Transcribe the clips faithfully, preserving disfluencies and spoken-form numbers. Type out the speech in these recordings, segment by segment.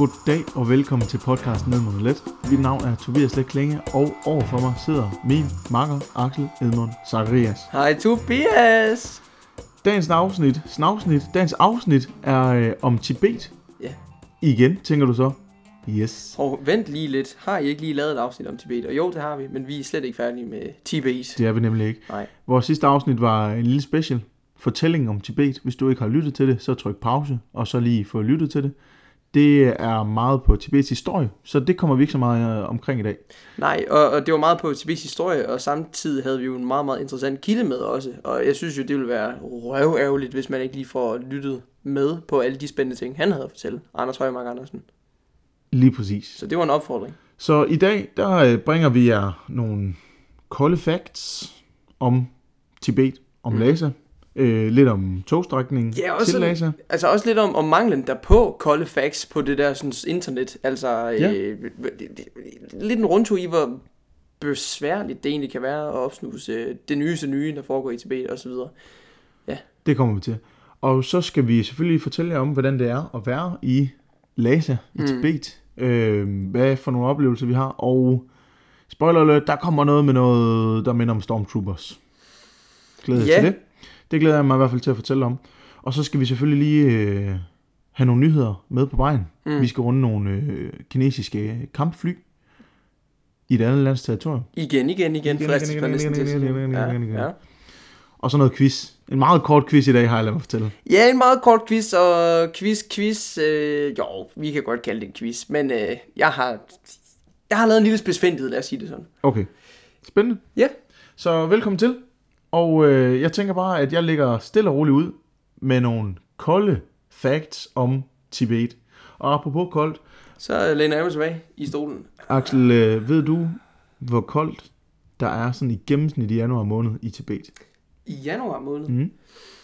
Goddag og velkommen til podcasten Ned mod Let. Mit navn er Tobias Let Klinge, og overfor mig sidder min makker Axel Edmund Zacharias. Hej Tobias! Dagens afsnit, snavsnit, dagens afsnit er øh, om Tibet. Ja. Igen, tænker du så? Yes. Og vent lige lidt. Har I ikke lige lavet et afsnit om Tibet? Og jo, det har vi, men vi er slet ikke færdige med Tibet. Det er vi nemlig ikke. Nej. Vores sidste afsnit var en lille special fortælling om Tibet. Hvis du ikke har lyttet til det, så tryk pause, og så lige få lyttet til det. Det er meget på Tibets historie, så det kommer vi ikke så meget omkring i dag. Nej, og, og det var meget på Tibets historie, og samtidig havde vi jo en meget, meget interessant kilde med også. Og jeg synes jo, det ville være røværgerligt, hvis man ikke lige får lyttet med på alle de spændende ting, han havde at fortælle. Anders Højmark Andersen. Lige præcis. Så det var en opfordring. Så i dag, der bringer vi jer nogle kolde facts om Tibet, om mm. Lhasa. Øh, lidt om togstrækningen ja, også til Lhasa. Altså også lidt om, om manglen derpå kolde facts på det der sådan, internet. Altså ja. øh, lidt en rundtur i, hvor besværligt det egentlig kan være at opsnuse det nyeste nye, der foregår i Tibet og så videre. Ja. Det kommer vi til. Og så skal vi selvfølgelig fortælle jer om, hvordan det er at være i Lhasa, i mm. Tibet. Øh, hvad for nogle oplevelser vi har. Og spoiler alert, der kommer noget med noget, der minder om Stormtroopers. Glæder ja. til det. Det glæder jeg mig i hvert fald til at fortælle om. Og så skal vi selvfølgelig lige øh, have nogle nyheder med på vejen. Mm. Vi skal runde nogle øh, kinesiske kampfly i et andet lands territorium. Igen, igen, igen. Fristes man næsten til at sige. Og så noget quiz. En meget kort quiz i dag, har jeg ladet mig fortælle. Ja, en meget kort quiz, og quiz, quiz. Øh, jo, vi kan godt kalde det en quiz. Men øh, jeg har jeg har lavet en lille spidsfindighed, lad os sige det sådan. Okay. Spændende. Ja. Så velkommen til. Og øh, jeg tænker bare, at jeg ligger stille og roligt ud med nogle kolde facts om Tibet. Og apropos koldt, så læner jeg mig tilbage i stolen. Axel, øh, ved du, hvor koldt der er sådan i gennemsnit i januar måned i Tibet? I januar måned? Mm.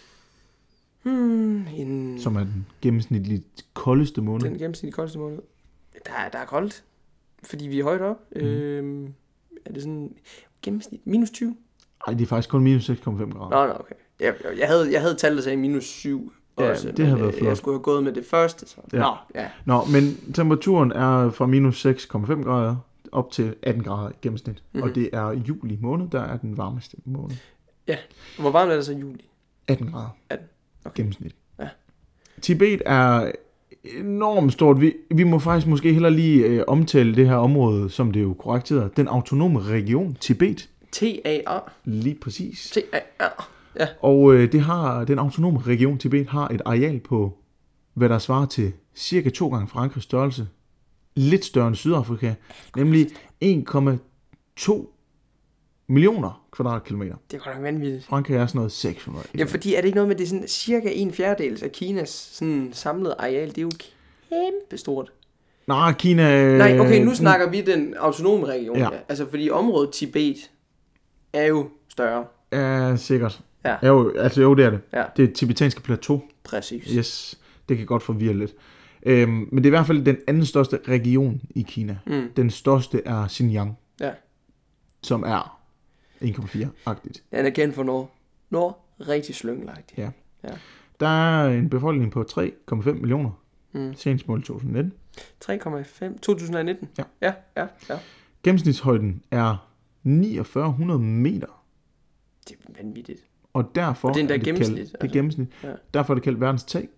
Hmm, en... Som er den gennemsnitligt koldeste måned. Den gennemsnitligt koldeste måned. Der er, der er koldt, fordi vi er højt op. Mm. Øhm, er det sådan gennemsnit minus tyve? Nej, det er faktisk kun minus seks komma fem grader. Nå, nå, okay. Jeg, jeg, havde, jeg havde tallet, der sagde minus syv. Ja, også, det havde været flot. Jeg skulle have gået med det første. Så. Ja. Nå, ja. Nå, men temperaturen er fra minus seks komma fem grader op til atten grader i gennemsnit. Mm-hmm. Og det er juli måned, der er den varmeste måned. Ja, hvor varmt er det så i juli? atten grader. atten, okay. Gennemsnit. Ja. Tibet er enormt stort. Vi, vi må faktisk måske heller lige øh, omtale det her område, som det jo korrekt hedder, den autonome region Tibet. T A R. Lige præcis. T A R. Ja. Og øh, det har, den autonome region Tibet har et areal på, hvad der svarer til cirka to gange Frankrigs størrelse. Lidt større end Sydafrika. Nemlig en komma to millioner kvadratkilometer. Det er godt nok vanvittigt. Frankrig er sådan noget seks hundrede. Ja, fordi er det ikke noget med, det er sådan cirka en fjerdedel af Kinas sådan samlede areal. Det er jo kæmpe stort. Nej, Kina... Nej, okay, nu snakker vi den autonome region. Ja. Ja. Altså, fordi området Tibet er jo større. Ja, sikkert. Ja. Jo, altså jo, det er det. Ja. Det er tibetanske plateau. Præcis. Yes, det kan godt forvirre lidt. Øhm, men det er i hvert fald den anden største region i Kina. Mm. Den største er Xinjiang. Ja. Som er en komma fire-agtigt. Den er kendt for Nord. Nord, rigtig slyngelagtigt. Ja. Ja. Der er en befolkning på tre komma fem millioner. Mm. Senest mål to tusind nitten. tre komma fem to tusind nitten? Ja. Ja, ja, ja. Gennemsnitshøjden er niogfyrre hundrede meter. Det er vanvittigt. Og derfor og det er, er det gennemsnit. Kaldt, det er gennemsnit. Ja. Derfor er det kaldt verdens tag.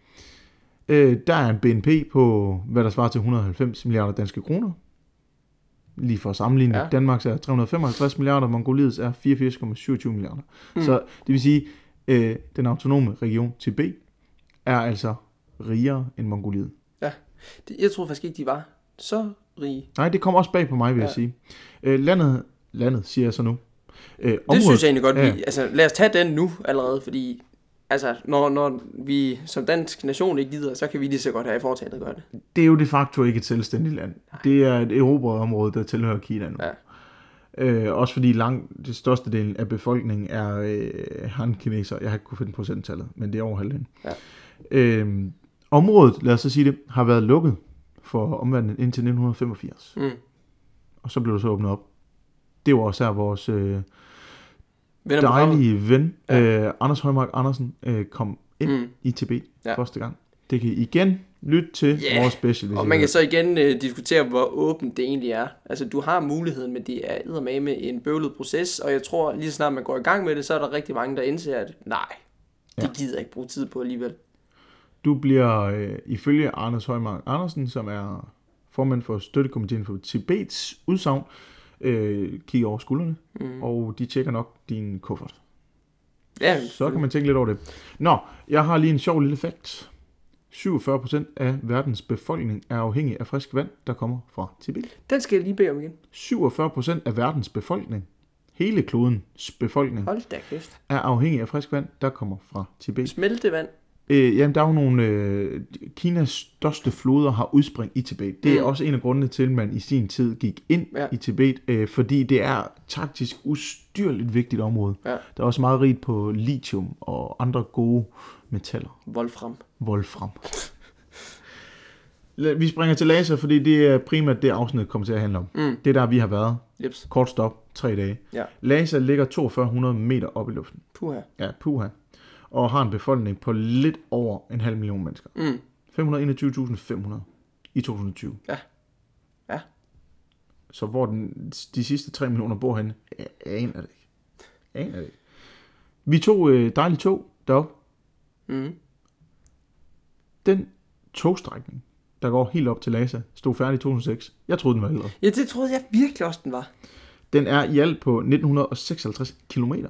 Øh, der er en B N P på, hvad der svarer til et hundrede og halvfems milliarder danske kroner. Lige for at sammenligne. Ja. Danmarks er tre hundrede og femoghalvtreds milliarder, Mongoliets er fireogfirs komma syvogtyve milliarder. Mm. Så det vil sige, øh, den autonome region Tibet er altså rigere end Mongoliet. Ja, det, jeg tror faktisk ikke, de var så rige. Nej, det kommer også bag på mig, vil ja. jeg sige. Øh, landet, landet, siger jeg så nu. Øh, området, det synes jeg egentlig godt, ja. vi, altså lad os tage den nu allerede, fordi altså, når, når vi som dansk nation ikke gider, så kan vi lige så godt have i foretaget at gøre det. Det er jo de facto ikke et selvstændigt land. Nej. Det er et erobret område, der tilhører Kina nu. Ja. Øh, også fordi langt det største del af befolkningen er øh, han-kineser. Jeg har ikke kunnet finde procenttallet, men det er over halvdelen. Ja. Øh, området, lad os så sige det, har været lukket for omverdenen indtil nitten femogfirs. Mm. Og så blev det så åbnet op. Det var også her vores øh, dejlige ven, ja. øh, Anders Højmark Andersen, øh, kom ind mm. i Tibet ja. første gang. Det kan igen Lyt til yeah. vores special. Og man kan så igen uh, diskutere, hvor åbent det egentlig er. Altså, du har muligheden, men det er eddermame en bøvlet proces, og jeg tror, lige så snart man går i gang med det, så er der rigtig mange, der indser, at nej, det ja. gider jeg ikke bruge tid på alligevel. Du bliver øh, ifølge Anders Højmark Andersen, som er formand for støttekomiteen for Tibets udsagn, øh, kigger over skuldrene, mm. og de tjekker nok din kuffert. Ja, så kan man tænke lidt over det. Nå, jeg har lige en sjov lille fakt. syvogfyrre procent af verdens befolkning er afhængig af frisk vand, der kommer fra Tibet. Den skal jeg lige bede om igen. syvogfyrre procent af verdens befolkning, hele klodens befolkning, hold da kæft, er afhængig af frisk vand, der kommer fra Tibet. Smeltevand? Øh, jamen, der er jo nogle... Øh, Kinas største floder har udspring i Tibet. Det er mm. også en af grundene til, at man i sin tid gik ind ja. i Tibet, øh, fordi det er taktisk ustyrligt vigtigt område. Ja. Der er også meget rigt på lithium og andre gode metaller. Wolfram. Wolfram. Vi springer til Lhasa, fordi det er primært det afsnit, kommer til at handle om. Mm. Det er der, vi har været. Jeps. Kort stop, tre dage. Ja. Lhasa ligger to tusind fire hundrede meter op i luften. Puha. Ja, puha. Og har en befolkning på lidt over en halv million mennesker. Mm. fem hundrede og enogtyve tusind fem hundrede i to tusind og tyve. Ja. Ja. Så hvor den, de sidste tre millioner bor henne, jeg aner det ikke. Jeg aner det ikke. Vi tog øh, dejlige tog derop. Mm. Den togstrækning, der går helt op til Lhasa, stod færdig i to tusind og seks. Jeg troede, den var ældre. Ja, det troede jeg virkelig også, den var. Den er i alt på nitten seksoghalvtreds kilometer.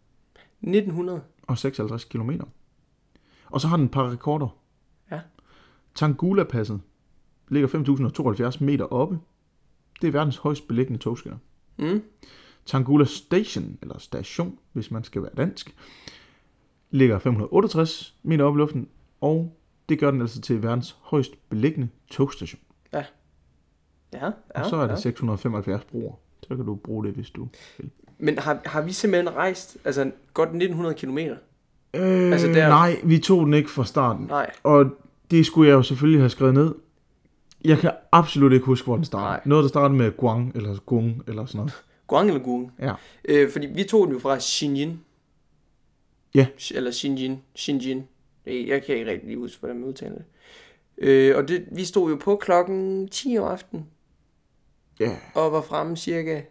nitten seksoghalvtreds kilometer. Og så har den et par rekorder. Ja. Tangula-passet ligger fem tusind og tooghalvfjerds meter oppe. Det er verdens højst beliggende togskinner. Mm. Tangula Station, eller station, hvis man skal være dansk, ligger fem hundrede og otteogtres meter oppe i luften, og det gør den altså til verdens højst beliggende togstation. Ja. Ja, ja, og så er det ja. seks hundrede og femoghalvfjerds broer. Så kan du bruge det, hvis du vil. Men har, har vi simpelthen rejst altså godt nitten hundrede kilometer? Øh, altså der... Nej, vi tog den ikke fra starten. Nej. Og det skulle jeg jo selvfølgelig have skrevet ned. Jeg kan absolut ikke huske, hvor den startede. Nej. Noget, der startede med Guang, eller Gung, eller sådan noget. Guang eller Gung? Ja. Øh, fordi vi tog den jo fra Xinjiang. Ja. Eller Xinjiang. Xinjiang. Jeg kan ikke rigtig lige huske, hvordan man udtaler det. Øh, og det, vi stod jo på klokken ti om aftenen. Ja. Og var fremme cirka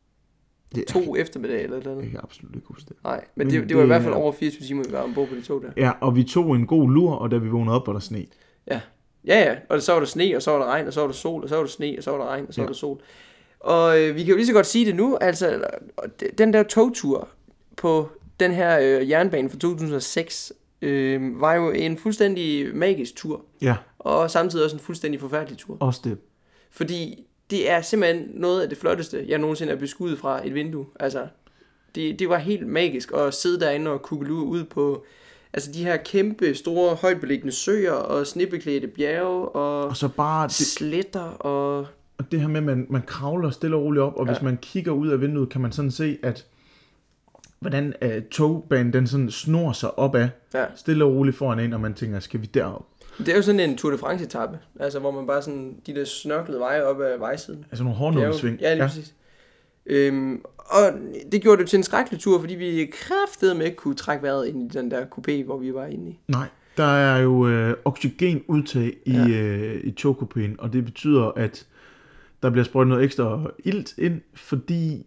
det to eftermiddag eller noget. Jeg kan absolut ikke huske det. Nej, men, men det, det, det var i hvert fald over fireogtyve timer, vi var ombord på de tog der. Ja, og vi tog en god lur, og da vi vågnede op, var der sne. Ja, ja, ja. Og så var der sne, og så var der regn, og så var der sol, og så var der sne, og så var der regn, og så ja. var der sol. Og øh, vi kan jo lige så godt sige det nu, altså den der togtur på den her øh, jernbane fra to tusind og seks øh, var jo en fuldstændig magisk tur. Ja. Og samtidig også en fuldstændig forfærdelig tur. Også det. Fordi det er simpelthen noget af det flotteste, jeg nogensinde er beskudt fra et vindue. Altså, det, det var helt magisk at sidde derinde og kugelue ud på altså de her kæmpe, store, højtbeliggende søer og snebeklædte bjerge og, og så bare det, sletter og... Og det her med, at man, man kravler stille og roligt op, og ja. hvis man kigger ud af vinduet, kan man sådan se, at hvordan uh, togbanen den sådan snor sig opad, ja. stille og roligt foran en, og man tænker, skal vi derop? Det er jo sådan en Tour de France-etape, altså hvor man bare sådan, de der snørklede veje op ad vejsiden. Altså nogle hårdnålesving. Ja, lige ja. præcis. Øhm, og det gjorde det til en skrækkelig tur, fordi vi kraftedeme ikke kunne trække vejret ind i den der coupé, hvor vi var inde i. Nej, der er jo øh, oxygenudtag i, ja. øh, i togcoupéen, og det betyder, at der bliver sprøjtet noget ekstra ilt ind, fordi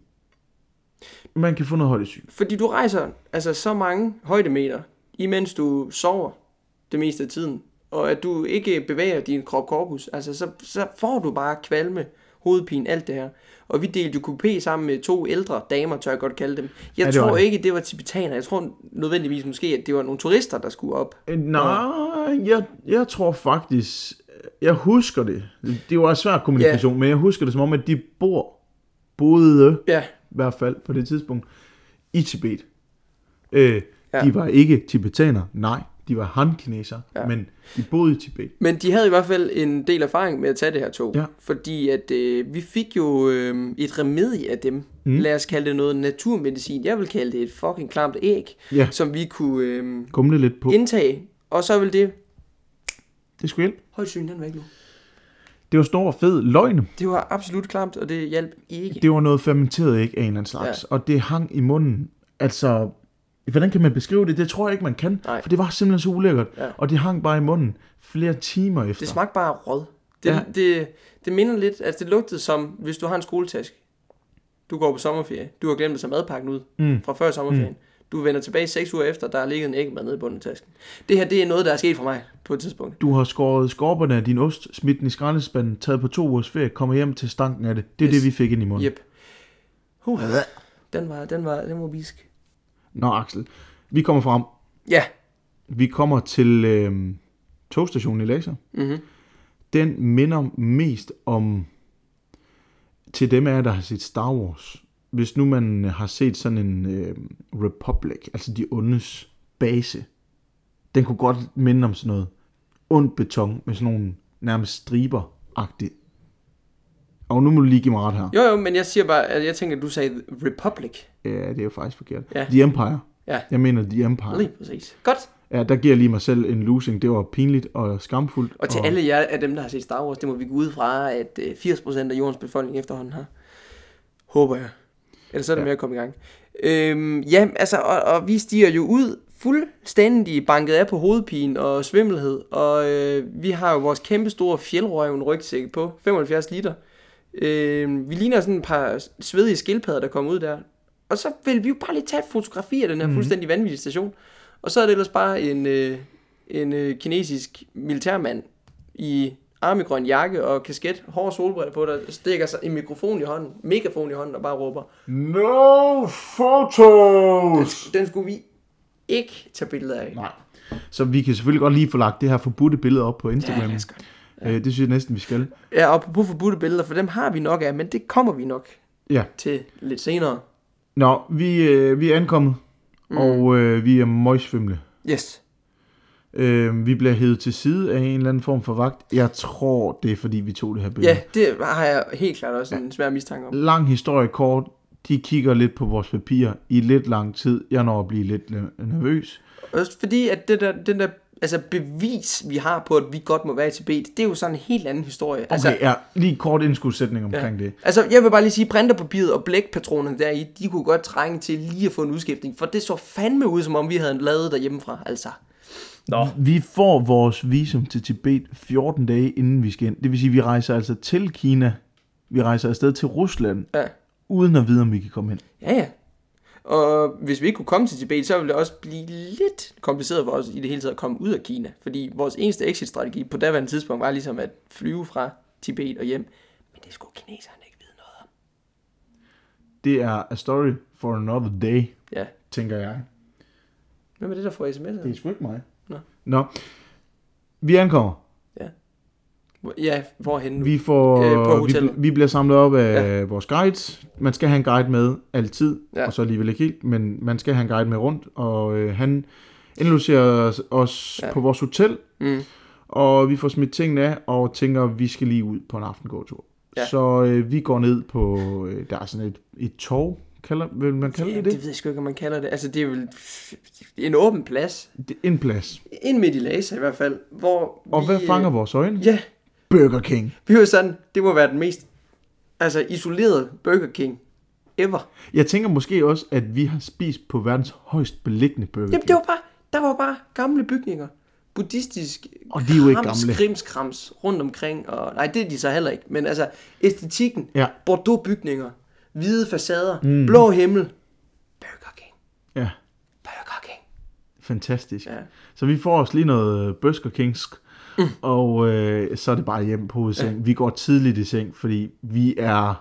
man kan få noget højdesyge. Fordi du rejser altså så mange højdemeter, imens du sover det meste af tiden, og at du ikke bevæger din krop korpus, altså så, så får du bare kvalme, hovedpine, alt det her. Og vi delte jo coupé sammen med to ældre damer, tør jeg godt kalde dem. Jeg ja, tror ikke, det var tibetanere. Jeg tror nødvendigvis måske, at det var nogle turister, der skulle op. Nej, jeg, jeg tror faktisk, jeg husker det. Det var svært kommunikation, ja. men jeg husker det som om, at de bor, boede, ja. i hvert fald på det tidspunkt, i Tibet. Øh, ja. De var ikke tibetanere, nej. De var han-kinesere, ja. men de boede i Tibet. Men de havde i hvert fald en del erfaring med at tage det her tog. Ja. Fordi at øh, vi fik jo øh, et remedie af dem. Mm. Lad os kalde det noget naturmedicin. Jeg vil kalde det et fucking klamt æg, ja. som vi kunne øh, Gumle lidt på. indtage. Og så vil det... Det skulle hjælpe. Højsygen, den var ikke nu. Det var stor fed løgn. Det var absolut klamt, og det hjalp ikke. Det var noget fermenteret æg af en eller anden slags. Ja. Og det hang i munden. Altså... Hvordan kan man beskrive det? Det tror jeg ikke, man kan. Nej. For det var simpelthen så ulækkert. Ja. Og det hang bare i munden flere timer efter. Det smagte bare af råd. Det, Ja. det, det minder lidt, altså det lugtede som, hvis du har en skoletaske. Du går på sommerferie. Du har glemt at tage madpakken ud Mm. fra før sommerferien. Mm. Du vender tilbage seks uger efter, der er ligget en æggemad nede i bunden af tasken. Det her, det er noget, der er sket for mig på et tidspunkt. Du har skåret skorperne af din ost, smidt den i skraldespanden, taget på to ugers ferie, kommer hjem til stanken af det. Det er Yes. det, vi fik ind i munden. Yep. Uh, den var, den var, den var bisk. Nå, Axel. Vi kommer frem. Ja. Vi kommer til øh, togstationen i Laser. Mm-hmm. Den minder mest om, til dem af jer, der har set Star Wars. Hvis nu man har set sådan en øh, Republic, altså de ondes base, den kunne godt minde om sådan noget ondt beton med sådan nogle nærmest striber-agtigt. Og nu må du lige give mig ret her. Jo, jo, men jeg siger bare, at jeg tænker, at du sagde Republic. Ja, det er jo faktisk forkert. Ja. The Empire. Ja. Jeg mener The Empire. Lige præcis. Godt. Ja, der giver jeg lige mig selv en losing. Det var pinligt og skamfuldt. Og til og... alle jer af dem, der har set Star Wars, det må vi gå ud fra, at firs procent af jordens befolkning efterhånden har. Håber jeg. Ellers så er det ja. med at komme i gang. Øhm, ja, altså, og, og vi stiger jo ud fuldstændig banket af på hovedpine og svimmelhed. Og øh, vi har jo vores kæmpe store fjeldrøven rygsæk på femoghalvfjerds liter. Øh, vi ligner sådan et par svedige skildpadder, der kommer ud der. Og så vil vi jo bare lige tage et fotografi af den her mm-hmm. fuldstændig vanvittige station. Og så er det ellers bare en, øh, en øh, kinesisk militærmand i armegrøn jakke og kasket, hårde solbriller på, der stikker sig en mikrofon i hånden, megafon i hånden og bare råber, no photos! Den, den skulle vi ikke tage billeder af. Nej. Så vi kan selvfølgelig godt lige få lagt det her forbudte billede op på Instagram. Ja, lad os gøre det. Ja. Øh, det synes jeg næsten, vi skal. Ja, og på forbudte billeder, for dem har vi nok af, men det kommer vi nok ja. til lidt senere. Nå, vi, øh, vi er ankommet, mm. og øh, vi er møgsvimle. Yes. Øh, vi bliver hævet til side af en eller anden form for vagt. Jeg tror, det er fordi, vi tog det her billede. Ja, det har jeg helt klart også en svær mistanke om. Lang historie kort. De kigger lidt på vores papirer i lidt lang tid. Jeg når at blive lidt nervøs. Også fordi, at det der, den der altså bevis, vi har på, at vi godt må være i Tibet, det er jo sådan en helt anden historie. Okay, altså, ja, lige kort indskudsætning omkring ja. det. Altså, jeg vil bare lige sige, printerpapiret og blækpatronerne deri, de kunne godt trænge til lige at få en udskiftning, for det så fandme ud, som om vi havde lavet derhjemmefra, altså. Nå. Vi får vores visum til Tibet fjorten dage inden vi skal ind. Det vil sige, at vi rejser altså til Kina. Vi rejser afsted til Rusland, ja. uden at vide, om vi kan komme ind. Ja, ja. Og hvis vi ikke kunne komme til Tibet, så ville det også blive lidt kompliceret for os i det hele taget at komme ud af Kina. Fordi vores eneste exit-strategi på daværende tidspunkt var ligesom at flyve fra Tibet og hjem. Men det skulle kineserne ikke vide noget om. Det er a story for another day, ja. tænker jeg. Hvem er det, der får sms'er? Det er sgu ikke mig. Nå. Nå. Vi ankommer. Ja. Ja, hvorhen nu? Vi, får, øh, på hotellet. vi, vi bliver samlet op af ja. vores guides. Man skal have en guide med altid, ja. og så alligevel ikke helt, men man skal have en guide med rundt, og øh, han indlogerer os ja. på vores hotel, mm. og vi får smidt tingene af, og tænker, at vi skal lige ud på en aftengåtur. Ja. Så øh, vi går ned på, øh, der er sådan et, et torv, kalder, vil man kalde ja, det det? det ved jeg sgu ikke, om man kalder det. Altså, det er vel en åben plads. Det, en plads. En midt i Lhasa i hvert fald, hvor Og vi, hvad fanger vores øjne? Ja. Burger King. Vi var sådan, det må være den mest altså isolerede Burger King ever. Jeg tænker måske også, at vi har spist på verdens højst beliggende Burger King. Jamen, det var bare, der var bare gamle bygninger. Buddhistisk og de er jo ikke gamle. Krimskrams rundt omkring. Og, nej, det er de så heller ikke. Men altså, æstetikken, ja. Bordeaux bygninger, hvide facader, mm. blå himmel. Burger King. Ja. Burger King. Fantastisk. Ja. Så vi får os lige noget Burger Kingsk. Mm. Og øh, så er det bare hjem på hovedseng. Ja. Vi går tidligt i seng, fordi vi er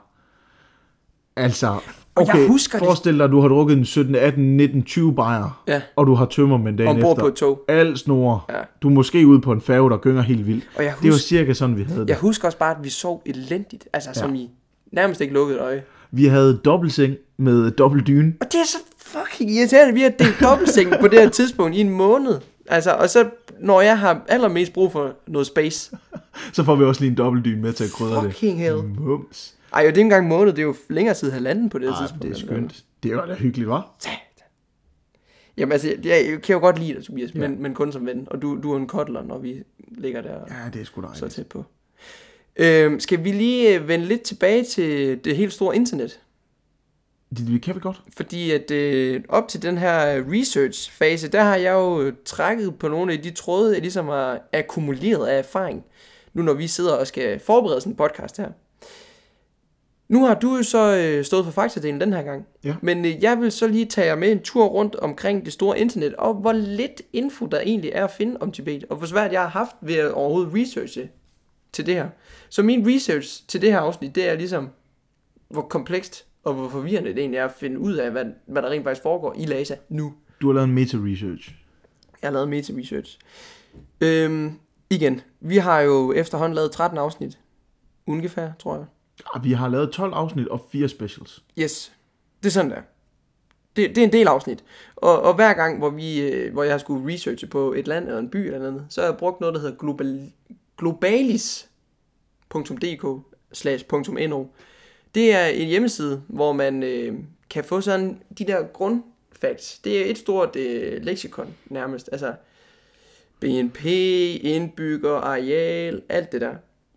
altså okay, jeg husker forestil dig, at du har drukket en sytten, atten, nitten, tyve bajer, ja. og du har tømmermænd dagen efter. På et tog. Alt snore. Ja. Du er måske ude på en færge, der gynger helt vildt. Og jeg husker, det var cirka sådan, vi havde det. Jeg husker også bare, at vi sov elendigt. Altså ja. som i nærmest ikke lukket øje. Vi havde dobbeltseng med dobbelt dyne. Og det er så fucking irriterende, vi har delt dobbeltseng på det her tidspunkt i en måned. Altså, og så når jeg har allermest brug for noget space, så får vi også lige en dobbeltdyne med til at krydre det. Fucking hell. Mums. Ej, jo, det er ikke engang måned, det er jo længere tid halvanden på det her Ej, tidspunkt. det er skønt. Det var da hyggeligt, hva'? Jamen altså, jeg, jeg kan jo godt lide dig, Tobias, ja. men, men kun som ven. Og du, du er en cuddler, når vi ligger der ja, det er sgu dejligt. Så tæt på. Øhm, skal vi lige vende lidt tilbage til det helt store internet? Det, det kan vi godt. Fordi at øh, op til den her research-fase, der har jeg jo trækket på nogle af de tråde, jeg ligesom har akkumuleret af erfaring. Nu når vi sidder og skal forberede sådan en podcast her. Nu har du jo så øh, stået for faktadelen den her gang. Ja. Men øh, jeg vil så lige tage jer med en tur rundt omkring det store internet, og hvor lidt info der egentlig er at finde om Tibet, og hvor svært jeg har haft ved at overhovedet researche til det her. Så min research til det her afsnit, det er ligesom, hvor komplekst og hvor forvirrende det egentlig er at finde ud af, hvad, hvad der rent faktisk foregår i Lhasa nu. Du har lavet en meta-research. Jeg har lavet meta-research. Øhm, igen, vi har jo efterhånden lavet tretten afsnit. Ungefær, tror jeg. Ja, vi har lavet tolv afsnit og fire specials. Yes, det er sådan der. Det, det er en del afsnit. Og, og hver gang, hvor, vi, øh, hvor jeg har skulle researche på et land eller en by eller noget, så har jeg brugt noget, der hedder global, globalis punktum d k slash .no. Det er en hjemmeside, hvor man øh, kan få sådan de der grundfacts. Det er et stort øh, leksikon nærmest. Altså B N P, indbygger, areal, alt det der.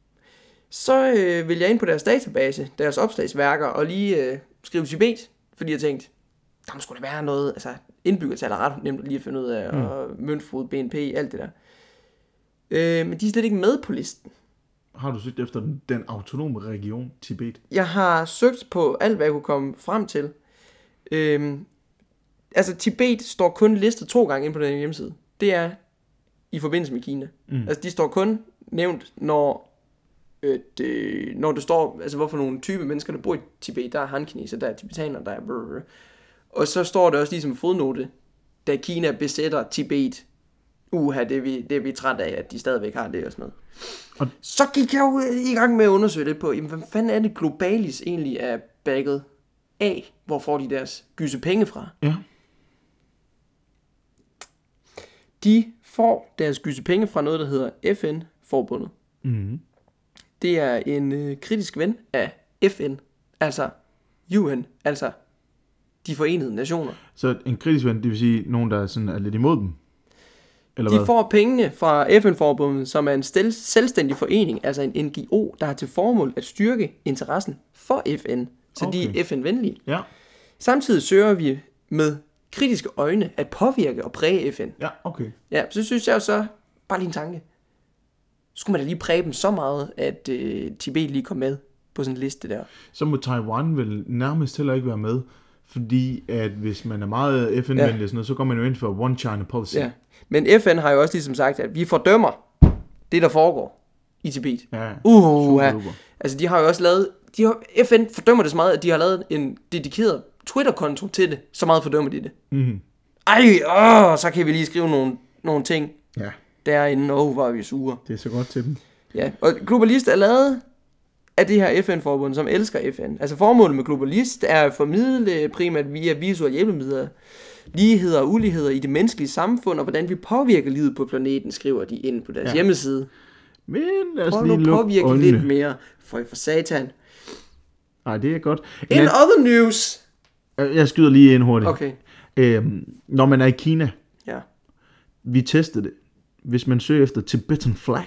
Så øh, vil jeg ind på deres database, deres opslagsværker, og lige øh, skrive Tibet, fordi jeg tænkte, der må sgu da være noget, altså indbyggertal er ret nemt at lige at finde ud af, mm. og møntfod, B N P, alt det der. Øh, men de er slet ikke med på listen. Har du søgt efter den, den autonome region, Tibet? Jeg har søgt på alt, hvad jeg kunne komme frem til. Øhm, altså, Tibet står kun listet to gange ind på den hjemmeside. Det er i forbindelse med Kina. Mm. Altså, de står kun nævnt, når, øh, det, når det står, altså, hvorfor nogle type mennesker, der bor i Tibet. Der er han-kineser, der er tibetanere, der er brrr. Og så står det også ligesom fodnote, da Kina besætter Tibet. Uha, det er vi, det er vi træt af, at de stadigvæk har det og sådan noget. Og så gik jeg jo i gang med at undersøge det på, jamen, hvad fanden er det Globalis egentlig er bagget af? Hvor får de deres gyse penge fra? Ja. De får deres gyse penge fra noget, der hedder F N-forbundet. Mm. Det er en øh, kritisk ven af F N, altså U N, altså de forenede nationer. Så en kritisk ven, det vil sige nogen, der er, sådan, er lidt imod dem? Eller de hvad? får pengene fra F N-forbundet, som er en stel- selvstændig forening, altså en N G O, der har til formål at styrke interessen for F N, så okay. De er F N-venlige. Ja. Samtidig søger vi med kritiske øjne at påvirke og præge F N. Ja, okay. Ja, så synes jeg jo så, bare lige en tanke, skulle man da lige præge dem så meget, at øh, Tibet lige kom med på sådan en liste der. Så må Taiwan vel nærmest heller ikke være med, fordi at hvis man er meget F N-venlig, ja. Sådan noget, så går man jo ind for One China Policy. Ja. Men F N har jo også ligesom sagt, at vi fordømmer det, der foregår i Tibet. Ja, uh, ja. Altså, de har jo også lavet... De har, F N fordømmer det så meget, at de har lavet en dedikeret Twitter-konto til det. Så meget fordømmer de det. Mm-hmm. Ej, åh, så kan vi lige skrive nogle, nogle ting ja. Derinde. Åh, hvor er vi sure. Det er så godt til dem. Ja, og Globalist er lavet af det her F N-forbund, som elsker F N. Altså, formålet med Globalist er at formidle primært via visuelle hjælpemidler ligheder og uligheder i det menneskelige samfund, og hvordan vi påvirker livet på planeten, skriver de ind på deres ja. hjemmeside. Men lad os Prøv lige nu påvirke øjnene. Lidt mere, for, for satan. Nej, det er godt. In Men, other news. Jeg skyder lige ind hurtigt. Okay. Øhm, når man er i Kina, ja. Vi testede det. Hvis man søger efter Tibetan flag